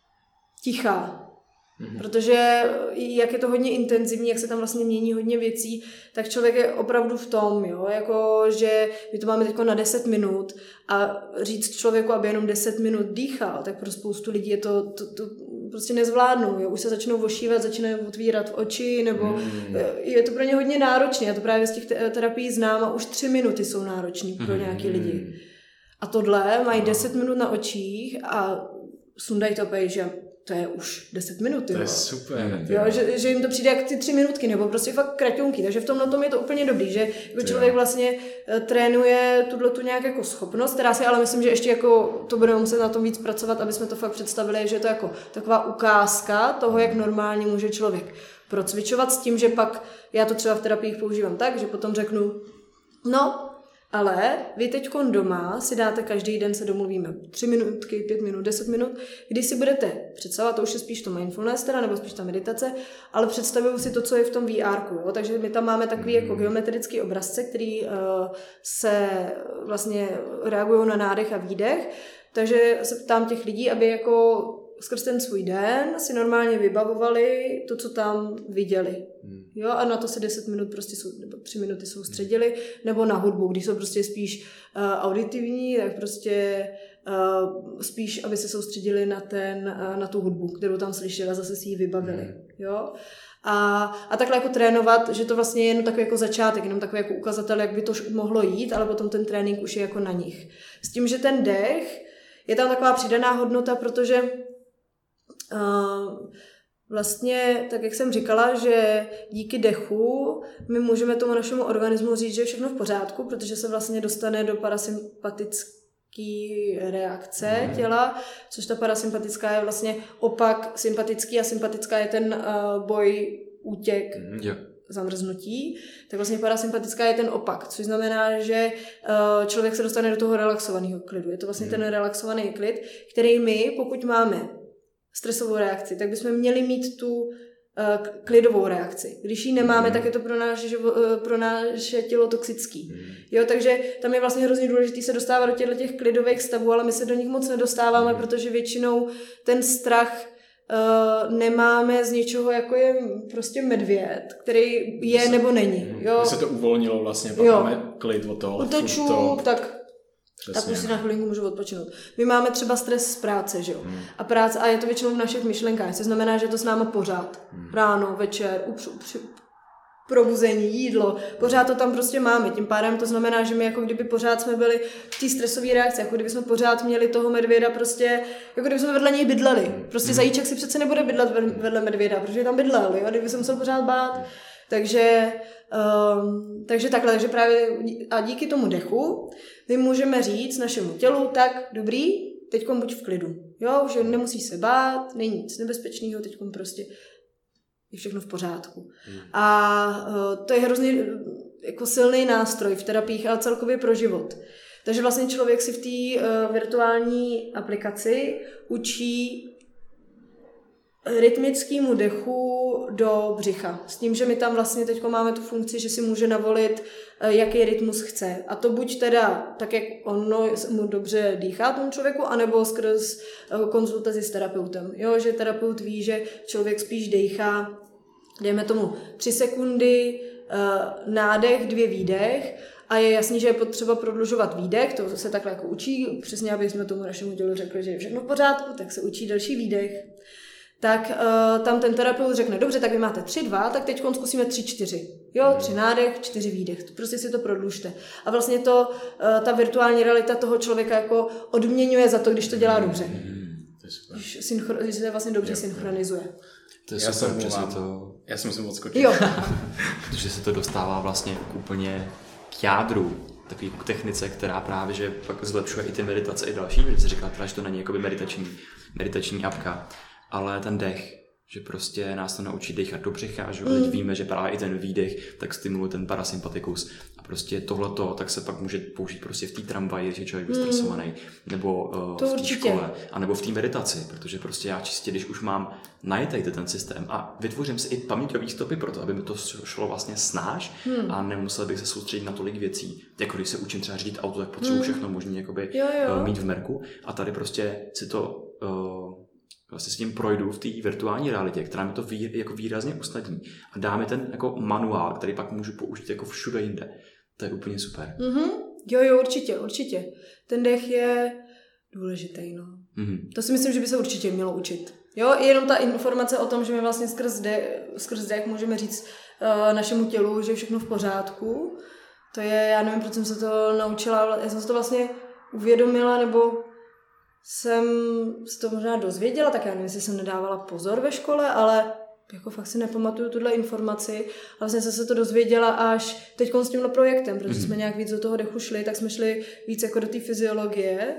tichá. Protože jak je to hodně intenzivní, jak se tam vlastně mění hodně věcí, tak člověk je opravdu v tom, jo, jako že my to máme teď na 10 minut a říct člověku, aby jenom 10 minut dýchal, tak pro spoustu lidí je to prostě nezvládnou, jo, už se začnou ošívat, začínají otvírat oči, nebo je to pro ně hodně náročné, já to právě z těch terapií znám a už 3 minuty jsou náročný pro nějaký lidi. A tohle mají 10 minut na očích a sundají to opět, že to je už 10 minut. To je super. Jo, že jim to přijde jak ty 3 minutky, nebo prostě fakt kraťonky. Takže v tom je to úplně dobrý, že jako člověk vlastně trénuje tu nějak jako schopnost, která si ale myslím, že ještě jako to budeme muset na tom víc pracovat, aby jsme to fakt představili, že je to jako taková ukázka toho, jak normálně může člověk procvičovat s tím, že pak já to třeba v terapiích používám tak, že potom řeknu, no, ale vy teďkon doma si dáte každý den, se domluvíme 3 minutky, 5 minut, 10 minut, když si budete představovat, to už je spíš to mindfulness teda, nebo spíš ta meditace, ale představuju si to, co je v tom VR-ku, jo? Takže my tam máme takový jako geometrický obrazce, který se vlastně reagují na nádech a výdech, takže se ptám těch lidí, aby jako skrz ten svůj den si normálně vybavovali to, co tam viděli. Jo, a na to se 10 minut prostě nebo 3 minuty soustředili, nebo na hudbu, když jsou prostě spíš auditivní, tak prostě spíš, aby se soustředili na tu hudbu, kterou tam slyšeli a zase si ji vybavili. Jo? A takhle jako trénovat, že to vlastně je jenom takový jako začátek, jenom takový jako ukazatel, jak by to mohlo jít, ale potom ten trénink už je jako na nich. S tím, že ten dech, je tam taková přidaná hodnota, protože vlastně, tak jak jsem říkala, že díky dechu my můžeme tomu našemu organismu říct, že je všechno v pořádku, protože se vlastně dostane do parasympatické reakce těla, což ta parasympatická je vlastně opak sympatický a sympatická je ten boj, útěk, zamrznutí, tak vlastně parasympatická je ten opak, což znamená, že člověk se dostane do toho relaxovaného klidu. Je to vlastně ten relaxovaný klid, který my, pokud máme stresovou reakci, tak bychom měli mít tu klidovou reakci. Když ji nemáme, tak je to pro naše tělo toxický. Jo, takže tam je vlastně hrozně důležité se dostávat do těch klidových stavů, ale my se do nich moc nedostáváme, protože většinou ten strach nemáme z něčoho, jako je prostě medvěd, který je nebo není. Jo. Se to uvolnilo vlastně, pak máme klid od toho. Utoču, tak už si na chvilinku můžu odpočinout. My máme třeba stres z práce, že jo? A je to většinou v našich myšlenkách, což znamená, že to s náma pořád. Ráno, večer, probuzení, jídlo, pořád to tam prostě máme. Tím pádem to znamená, že my jako kdyby pořád jsme byli v té stresové reakci, jako kdyby jsme pořád měli toho medvěda prostě, jako kdyby jsme vedle něj bydleli. Prostě zajíček si přece nebude bydlet vedle medvěda, protože tam bydlel, jo? A kdyby se musel pořád bát. Takže takhle, takže právě a díky tomu dechu my můžeme říct našemu tělu, tak dobrý, teďkom buď v klidu, jo, že nemusíš se bát, není nic nebezpečného, teďkom prostě je všechno v pořádku. A to je hrozně jako silný nástroj v terapiích, ale celkově pro život. Takže vlastně člověk si v té virtuální aplikaci učí rytmickému dechu do břicha. S tím, že my tam vlastně teď máme tu funkci, že si může navolit, jaký rytmus chce. A to buď teda tak, jak ono mu dobře dýchá tomu člověku, anebo skrz konzultaci s terapeutem. Jo, že terapeut ví, že člověk spíš dejchá, dejme tomu 3 sekundy, nádech, 2 výdech a je jasný, že je potřeba prodlužovat výdech, to se takhle jako učí, přesně aby jsme tomu našemu tělu řekli, že je všechno v pořádku, tak se učí další výdech. Tak tam ten terapeut řekne, dobře, tak vy máte 3-2, tak teď zkusíme 3-4. Jo, 3 nádech, 4 výdech. Prostě si to prodlužte. A vlastně to, ta virtuální realita toho člověka jako odměňuje za to, když to dělá dobře. Když se vlastně dobře synchronizuje. To je super, přesně to. Já si musím odskočit. Jo. Protože se to dostává vlastně úplně k jádru, takový technice, která právě že pak zlepšuje i ty meditace i další. Když jsi říkala, že to není jakoby meditační apka, ale ten dech, že prostě nás to naučí dechat do břicha, že teď víme, že právě i ten výdech tak stimuluje ten parasympatikus a prostě tohleto, tak se pak může použít prostě v té tramvaji, že člověk je stresovaný, nebo v té škole, anebo v té meditaci, protože prostě já čistě, když už mám najetej ten systém a vytvořím si i paměťový stopy pro to, aby mi to šlo vlastně snáš a nemusel bych se soustředit na tolik věcí, jako když se učím třeba řídit auto, tak potřebuji všechno možný jakoby mít v merku a tady prostě si to vlastně s tím projdu v té virtuální realitě, která mi to jako výrazně usnadní a dá mi ten jako manuál, který pak můžu použít jako všude jinde. To je úplně super. Jo, určitě. Ten dech je důležitý, no. To si myslím, že by se určitě mělo učit. Jo, i jenom ta informace o tom, že my vlastně skrz dech můžeme říct našemu tělu, že je všechno v pořádku. To je, já nevím, proč jsem se to naučila, já jsem se to vlastně uvědomila, nebo jsem se to možná dozvěděla, tak já nevím, jestli jsem nedávala pozor ve škole, ale jako fakt si nepamatuju tuhle informaci. A vlastně jsem se to dozvěděla až teď s tímhle projektem, protože jsme nějak víc do toho dechu šli, tak jsme šli víc jako do té fyziologie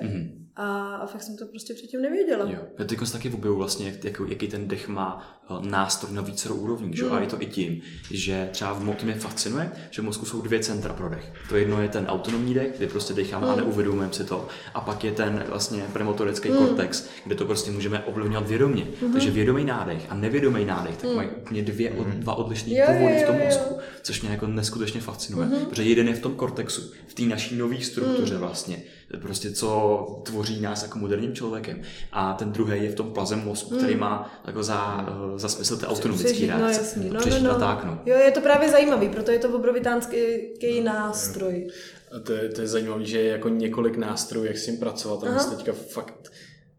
a fakt jsem to prostě předtím nevěděla. Jo. Já teď taky objevu vlastně, jaký ten dech má nástroj na vícero úrovních, že? A je to i tím, že třeba v mozku mě fascinuje, že v mozku jsou 2 centra pro dech. To jedno je ten autonomní dech, kde prostě decháme a neuvědomujeme si to. A pak je ten vlastně premotorický kortex, kde to prostě můžeme ovlivňovat vědomě. Takže vědomý nádech a nevědomý nádech, tak mají úplně dva odlišné původy v tom mozku, což mě jako neskutečně fascinuje. Protože jeden je v tom kortexu, v té naší nové struktuře vlastně, prostě co tvoří nás jako moderním člověkem. A ten druhý je v tom plazem mozku, který má jako za smysl té autonomické reakce. Jo, je to právě zajímavý, proto je to obrovitánský nástroj. A to je zajímavé, že je jako několik nástrojů, jak s tím pracovat. A myslím teďka fakt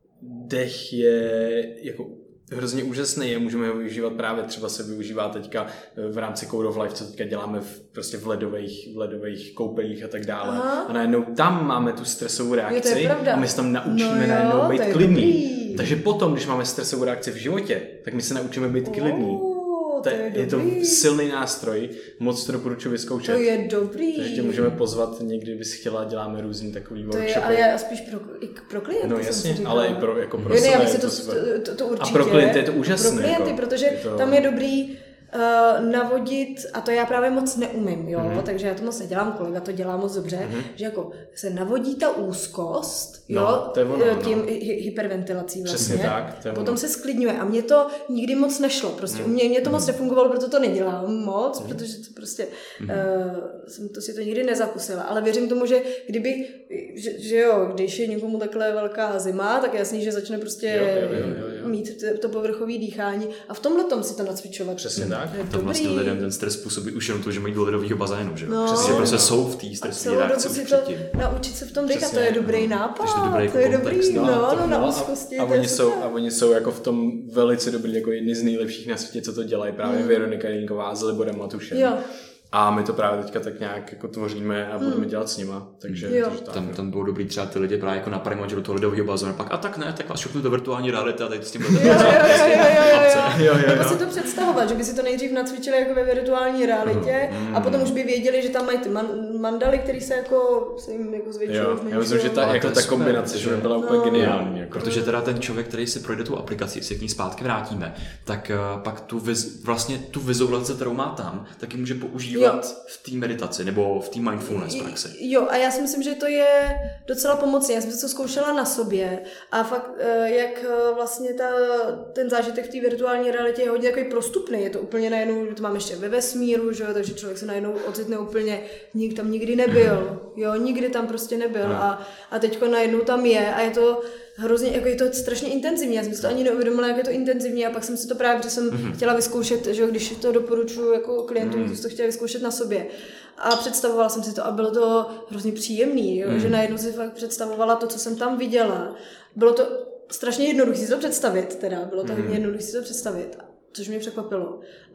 dech je jako hrozně úžasný a můžeme ho využívat právě, třeba se využívá teďka v rámci Code of Life, co teďka děláme prostě v ledových koupelích a tak dále. A najednou tam máme tu stresovou reakci a my se tam naučíme najednou být klidný. Takže potom, když máme stresovou reakci v životě, tak my se naučíme být klidný. Je to silný nástroj, moc to doporučuji vyzkoušet. To je dobrý. Takže tě můžeme pozvat někdy, bys chtěla, děláme různý takový workshopy. Ale já spíš pro klienty. No jasně, ale i pro sebe. Já si to určitě. A pro klienty je to úžasné. Pro klienty, protože tam je dobrý navodit, a to já právě moc neumím, jo, takže já to moc nedělám, kolega to dělá moc dobře, že jako se navodí ta úzkost, tím hyperventilací vlastně. Přesně tak. Potom se sklidňuje a mě to nikdy moc nešlo, prostě mě to moc nefungovalo, proto to nedělám moc, protože to prostě jsem si to nikdy nezakusila, ale věřím tomu, že kdybych, že jo, když je někomu takhle velká zima, tak jasný, že začne prostě mít to povrchové dýchání a v tomhletom si to nacvičovat. Přesně tak. To vlastně lidem ten stres způsobí už jenom to, že mají do ledového bazénu, že? Přesně, prostě jsou v té stresové reakci už předtím. Naučit se v tom dechat, to je dobrý nápad. To je dobrý, na úzkosti. A oni jsou jako v tom velice dobrý, jako jedni z nejlepších na světě, co to dělají, právě Veronika Jenková s Liborem Matušem. Jo. A my to právě teďka tak nějak jako tvoříme a budeme dělat s nima, takže tam bylo dobrý třeba ty lidi právě jako napadnout, že do toho lidového bazénu, pak a tak ne, tak vás šoknu do virtuální reality a teď s tím Nebo si to představovat, že by si to nejdřív nacvičili jako ve virtuální realitě a potom už by věděli, že tam mají ty mandaly, které se jim jako zvětšují. Já myslím, že ta kombinace, že byla úplně geniální. Protože teda ten člověk, který si projde tu aplikaci, si k ní zpátky vrátíme, tak pak tu vizualizaci, kterou má tam, taky může používat v té meditaci nebo v té mindfulness praxi. Jo, a já si myslím, že to je docela pomocné. Já jsem to zkoušela na sobě a fakt, jak vlastně ten zážitek v té virtuální realitě je hodně takový prostupný. Je to úplně najednou, to mám ještě ve vesmíru, že jo, takže člověk se najednou ocitne úplně, tam nikdy nebyl. Jo, nikdy tam prostě nebyl a teďko najednou tam je a je to hrozně, jako je to strašně intenzivní, já jsem si to ani neuvědomila, jak je to intenzivní a pak jsem si to právě, protože jsem chtěla vyzkoušet, že když to doporučuji jako klientům, jsem to chtěla vyzkoušet na sobě. A představovala jsem si to a bylo to hrozně příjemný, jo? Že najednou si fakt představovala to, co jsem tam viděla. Bylo to strašně jednoduché si to představit, bylo to hodně jednoduché si to představit, což mě překvapilo.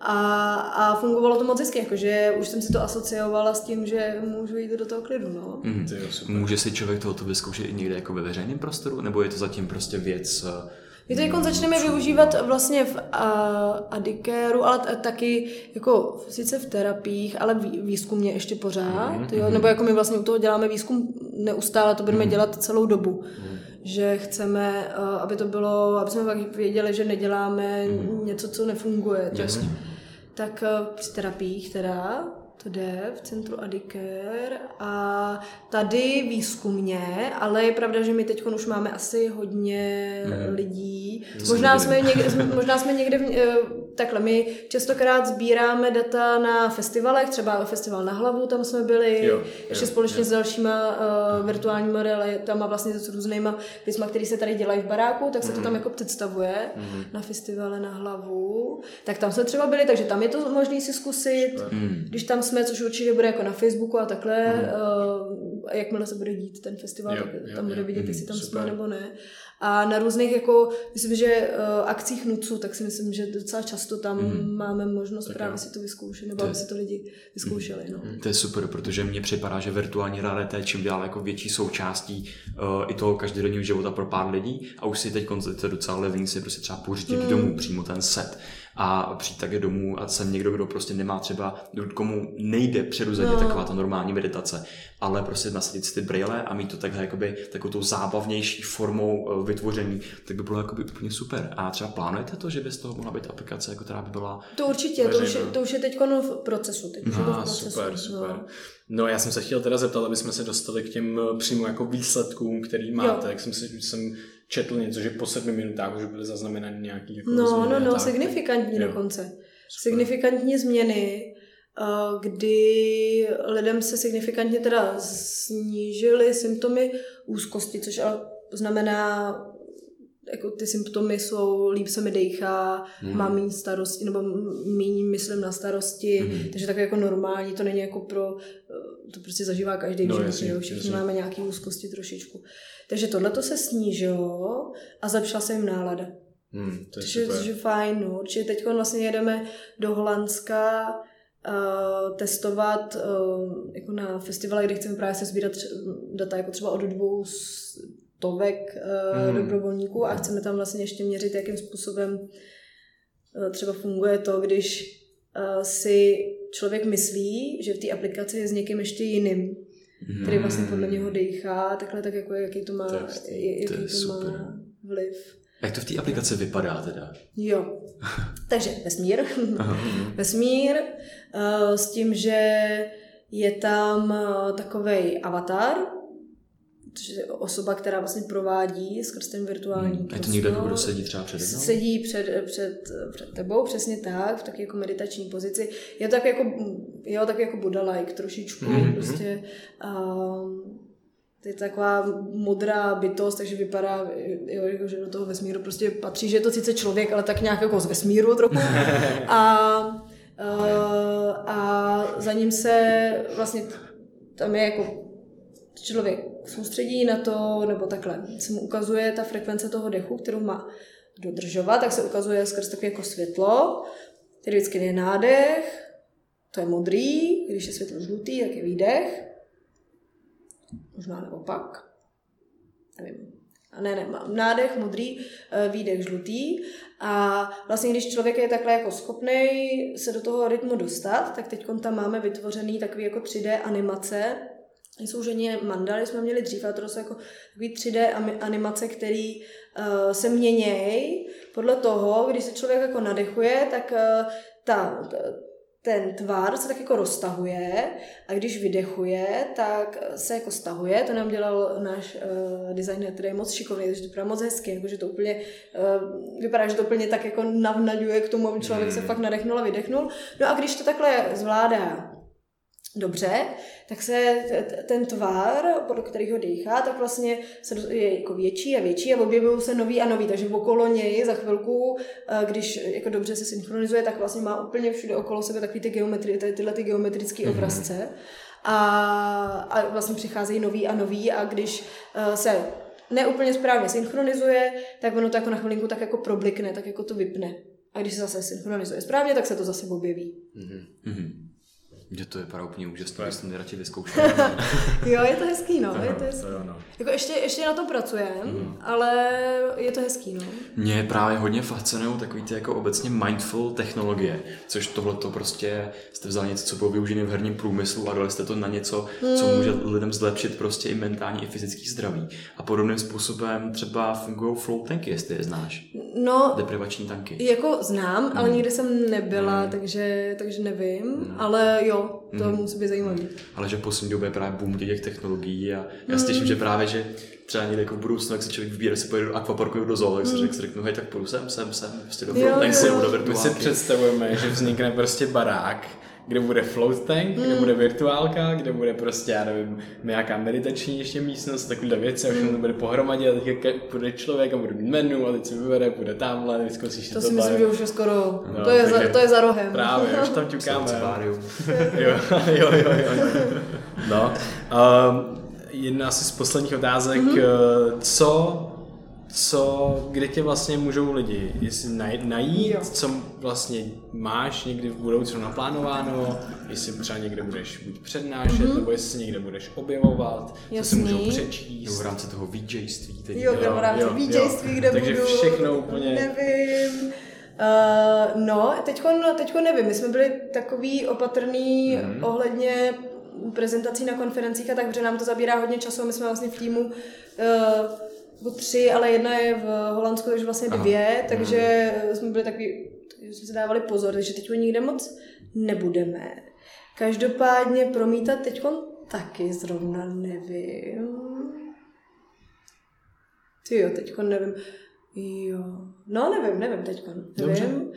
A fungovalo to moc hezky, jakože už jsem si to asociovala s tím, že můžu jít do toho klidu, no. Může si člověk tohoto vyzkoušet i někde jako ve veřejném prostoru, nebo je to zatím prostě věc... My to jako začneme využívat vlastně v Adicareu, ale taky jako sice v terapiích, ale výzkumně ještě pořád, jo? Nebo jako my vlastně u toho děláme výzkum neustále, to budeme dělat celou dobu. Že chceme, aby to bylo, aby jsme pak věděli, že neděláme něco, co nefunguje. Tak při terapiích to jde v centru Adicare a tady výzkumně, ale je pravda, že my teď už máme asi hodně lidí. Možná jsme někde takhle, my častokrát sbíráme data na festivalech, třeba festival Na hlavu, tam jsme byli, ještě společně s dalšíma virtuálníma realitama, vlastně s různýma věcma, které se tady dělají v baráku, tak se to tam jako představuje na festivale Na hlavu. Tak tam jsme třeba byli, takže tam je to možné si zkusit, když tam jsme, což určitě bude jako na Facebooku a takhle, a jakmile se bude dít ten festival, tak tam bude vidět, jestli tam jsme nebo ne. A na různých, jako, myslím, že akcích NUCu, tak si myslím, že docela často tam máme možnost právě si to vyzkoušet, nebo aby si to lidi vyzkoušeli. No. To je super, protože mně připadá, že virtuální realita je čím dál jako větší součástí i toho každodenního života pro pár lidí a už si teď je docela levný si prostě třeba pořídit domů přímo ten set a přijít také domů a jsem někdo, kdo prostě nemá třeba, komu nejde přirozeně taková ta normální meditace, ale prostě nasadit si ty brýle a mít to takhle jakoby takovou tou zábavnější formou vytvoření, tak by bylo jakoby úplně super. A třeba plánujete to, že by z toho mohla být aplikace, jako která by byla... To určitě, to už je teď v procesu. Super. No já jsem se chtěl teda zeptat, aby jsme se dostali k těm přímo jako výsledkům, který máte. Jak jsem četl něco, že po 7 minutách už byly zaznamenány nějaký jako změny. Signifikantní dokonce. Signifikantní změny, kdy lidem se signifikantně teda snížily symptomy úzkosti, což ale znamená, jako ty symptomy jsou, líp se mi dejchá, mám méně starosti, nebo méně myslím na starosti, takže tak jako normální, to není jako to prostě zažívá každý život, všichni máme nějaký úzkosti trošičku. Takže tohleto se snížilo a zlepšila se jim nálada. To je fajn, no. Určitě teď vlastně jedeme do Holandska testovat jako na festivale, kde chceme právě se sbírat data jako třeba od 200 dobrovolníků a chceme tam vlastně ještě měřit, jakým způsobem třeba funguje to, když si člověk myslí, že v té aplikaci je s někým ještě jiným, který vlastně podle něho dejchá, takhle tak jako jaký to má, má vliv. Jak to v té aplikaci vypadá teda? Jo, takže vesmír s tím, že je tam takovej avatar, což je osoba, která vlastně provádí skrz ten virtuální prostor. Je to někdo, kdo sedí třeba před tebou? Sedí před tebou, přesně tak, v taky jako meditační pozici. Je to tak jako Buddha-like trošičku, prostě to je taková modrá bytost, takže vypadá, jako, že do toho vesmíru prostě patří, že je to sice člověk, ale tak nějak jako z vesmíru trochu. A za ním se vlastně tam je jako člověk soustředí na to, nebo takhle se mu ukazuje ta frekvence toho dechu, kterou má dodržovat, tak se ukazuje skrz takové jako světlo, který vždycky je nádech, to je modrý, když je světlo žlutý, tak je výdech, možná naopak, nevím. A ne, mám nádech modrý, výdech žlutý a vlastně když člověk je takhle jako schopnej se do toho rytmu dostat, tak teď tam máme vytvořený takový jako 3D animace. Jsou ženě mandaly, jsme měli dřív, ale to jsou jako takový 3D animace, které se měnějí podle toho, když se člověk jako nadechuje, tak ten tvar se tak jako roztahuje a když vydechuje, tak se jako stahuje. To nám dělal náš designer, který je moc šikovný, takže to vypadá moc hezky, jakože to úplně vypadá, že to úplně tak jako navnaďuje k tomu, aby člověk se fakt nadechnul a vydechnul. No a když to takhle zvládá dobře, tak se ten tvar, podle kterého dýchá, tak vlastně je jako větší a větší a objevují se nový a nový, takže okolo něj za chvilku, když jako dobře se synchronizuje, tak vlastně má úplně všude okolo sebe takový tyhle geometrické obrazce a vlastně přicházejí nový a nový a když se neúplně správně synchronizuje, tak ono to jako na chvilinku tak jako problikne, tak jako to vypne. A když se zase synchronizuje správně, tak se to zase objeví. Že to vypadá úplně úžasně, že jsem radši vyzkoušel. Jo, je to hezký, no. Je to hezký. To jo, no. Jako ještě na to pracujeme, ale je to hezký, no. Mě právě hodně fascinují takový ty jako obecně mindful technologie, což tohleto prostě jste vzali něco, co bylo využené v herním průmyslu a dali jste to na něco, co může lidem zlepšit prostě i mentální, i fyzický zdraví. A podobným způsobem třeba fungují flow tanky, jestli je znáš. No, deprivační tanky. Jako znám, ale nikdy jsem nebyla, takže nevím, ale jo, to musí být zajímavý. Ale že poslední době je právě boom těch technologií a já si těším, že právě, že třeba někde jako v budoucnu, jak se člověk vybírá, si pojede do akvaparku do zoo, tak si řeknu, hej, tak půjdu sem, prostě do flow tanku, do virtuálky. My si představujeme, že vznikne prostě barák, kde bude float tank, kde bude virtuálka, kde bude prostě, já nevím, nějaká meditační ještě místnost, takovýhle věci a všechno to bude pohromadě a teď bude člověk a bude mít menu a teď si vybere, bude tamhle, vyzkoušíš to si myslím, že už je skoro, to je za rohem. Právě, už tam ťukáme. Jo. No, jedna asi z posledních otázek, kde tě vlastně můžou lidi, jestli najít, co vlastně máš někdy v budoucnu naplánováno, jestli třeba někde budeš buď přednášet, nebo jestli někde budeš objevovat, co si můžou přečíst. Nebo v rámci toho VJství. V rámci VJství, kde takže budu, všechno úplně... Nevím. Teďko nevím, my jsme byli takový opatrný ohledně prezentací na konferencích a tak, protože nám to zabírá hodně času a my jsme vlastně v týmu 3, ale jedna je v Holandsku, takže vlastně 2, takže jsme byli takový, že jsme se dávali pozor, takže teď nikde moc nebudeme. Každopádně promítat teď taky zrovna nevím. Tyjo, teďko nevím. Jo, no nevím teďko, nevím,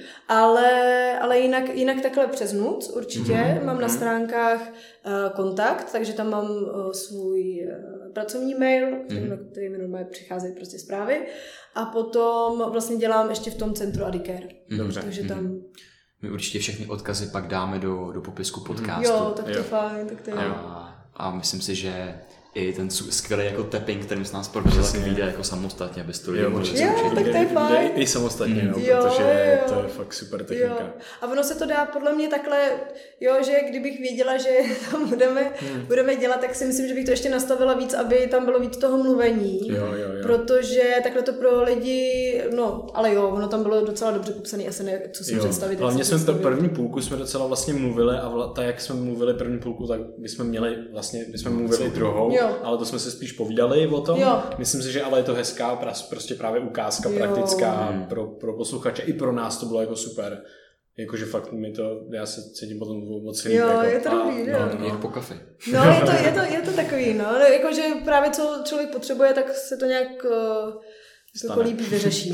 ale jinak takhle přes noc určitě, mám na stránkách kontakt, takže tam mám svůj pracovní mail, který mi normálně přicházejí prostě zprávy a potom vlastně dělám ještě v tom centru Adicare, takže tam... My určitě všechny odkazy pak dáme do popisku podcastu. Jo, tak to je fajn, tak to je. A myslím si, že i ten skvělý jako tapping, kterým se nás prodal, tak vyjde jako samostatně, aby to lidi mohli učit. Tak to je fajn. I samostatně, protože to je fakt super technika. Jo. A ono se to dá podle mě takhle, že kdybych věděla, že tam budeme dělat, tak si myslím, že bych to ještě nastavila víc, aby tam bylo víc toho mluvení. Jo. Protože takhle to pro lidi, ale ono tam bylo docela dobře popsané, asi ne, co si představit. Hlavně jsme to první půlku jsme docela vlastně mluvili a tak jak jsme mluvili první půlku, tak bychom mluvili druhou. Ale to jsme se spíš povídali o tom. Myslím si, že ale je to hezká prostě právě ukázka praktická pro posluchače. I pro nás to bylo jako super. Jakože fakt já se cítím potom moc líp. Je to dobrý, že jo. Po kafe. Je to takový, jakože právě co člověk potřebuje, tak se to nějak jako líp vyřeší.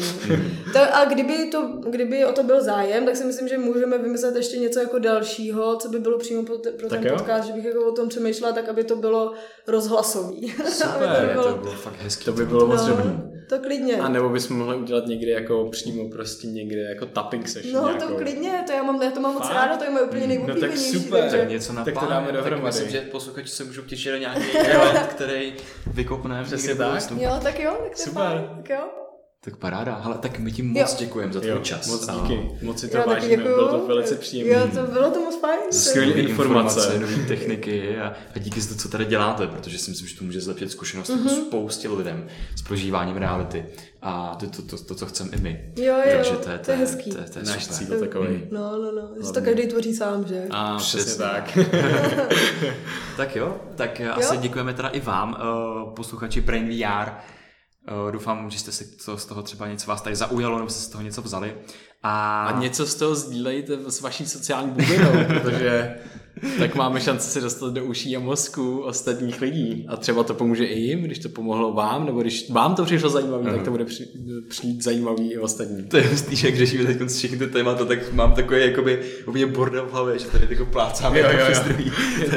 A kdyby o to byl zájem, tak si myslím, že můžeme vymyslet ještě něco jako dalšího, co by bylo přímo pro ten podcast, že bych jako o tom přemýšlela tak, aby to bylo rozhlasový. Super, to bylo fakt hezký. To by bylo moc dobrý. To klidně. A nebo bychom mohli udělat někdy jako přímo prostě někde jako tapping session. To klidně, já to mám moc ráda, to je moje úplně nejoblíbenější. Tak super, tak něco tak to dáme dohromady. Myslím, že posluchači se můžou těšit na nějaký event, který vykopneme. Přesně tak. Tak jo, tak super. Tak jo. Tak paráda, hele, tak my ti moc děkujeme za tvůj čas. Moc díky, moc si to vážíme, bylo to velice příjemné. Jo, bylo to moc fajn. Skvělé informace, nové techniky a díky za to, co tady děláte, protože si myslím, že to může zlepšit zkušenost spoustě lidem s prožíváním reality. A to co chceme i my. Jo, takže to je hezký. To je náš cíl takový. No. Že to každý tvoří sám, že? Přesně tak. Tak jo, tak asi děkujeme teda i vám, posluchači Brain VR. Doufám, že jste si z toho třeba něco vás tady zaujalo, nebo jste z toho něco vzali. A něco z toho sdílejte s vaší sociální bublinou, protože tak máme šanci se dostat do uší a mozku ostatních lidí. A třeba to pomůže i jim, když to pomohlo vám, nebo když vám to přišlo zajímavý, tak to bude přijít zajímavý i ostatní. To je hustý, že když řešíme teď všechny ty témata, tak mám takový jakoby úplně bordel v hlavě, že tady jako plácáme přes druhý.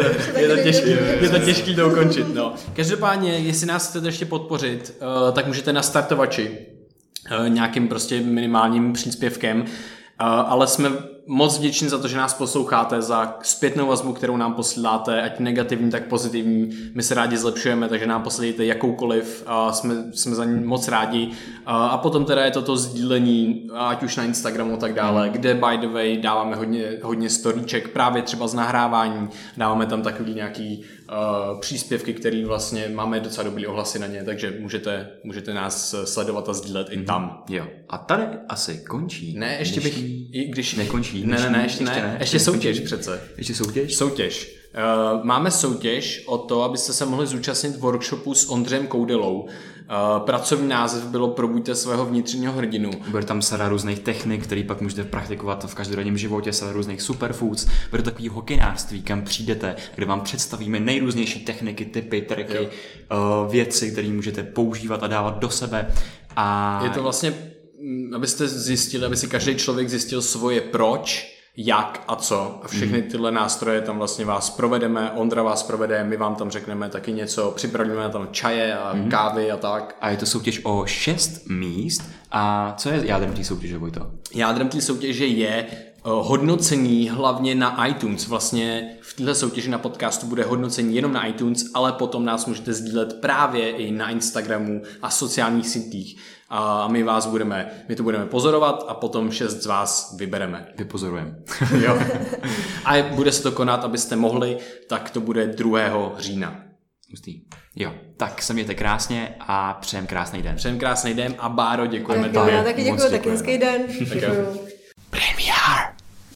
Je to těžký to ukončit. No. Každopádně, jestli nás chcete ještě podpořit, tak můžete na startovači nějakým prostě minimálním příspěvkem, ale jsme moc vděční za to, že nás posloucháte, za zpětnou vazbu, kterou nám posíláte, ať negativní, tak pozitivní. My se rádi zlepšujeme, takže nám posílejte jakoukoliv, jsme za ní moc rádi. A potom teda je to sdílení, ať už na Instagramu a tak dále, kde by the way dáváme hodně storíček, právě třeba z nahrávání, dáváme tam takový nějaký příspěvky, který vlastně máme docela dobrý ohlasy na ně, takže můžete nás sledovat a sdílet i tam. Jo. A tady asi končí. Ne, ještě bych, když nekončí. Ne, ještě ne. Ještě soutěž přece. Ještě soutěž? Soutěž. Máme soutěž o to, abyste se mohli zúčastnit workshopu s Ondřejem Koudelou. Pracovní název bylo Probuďte svého vnitřního hrdinu. Bude tam sada různých technik, které pak můžete praktikovat v každodenním životě, sada různých superfoods. Bude to takový hokejnářství, kam přijdete, kde vám představíme nejrůznější techniky, typy, triky, věci, které můžete používat a dávat do sebe. A je to vlastně, abyste zjistili, aby si každý člověk zjistil svoje proč, jak a co. A všechny tyhle nástroje tam vlastně vás provedeme, Ondra vás provede, my vám tam řekneme taky něco, připravíme tam čaje a kávy a tak. A je to soutěž o 6 míst. A co je jádrem té soutěže, Vojto? Jádrem té soutěže je hodnocení hlavně na iTunes. Vlastně v této soutěži na podcastu bude hodnocení jenom na iTunes, ale potom nás můžete sdílet právě i na Instagramu a sociálních sítích. A my to budeme pozorovat a potom 6 z vás vybereme. Vypozorujeme. Jo. A bude se to konat, abyste mohli, tak to bude 2. října. Hustý. Jo, tak se mějte krásně a přejem krásný den. Přejem krásný den a Báro, děkujeme. Já taky děkuji, taky hezký den. Děkuju. Premiér.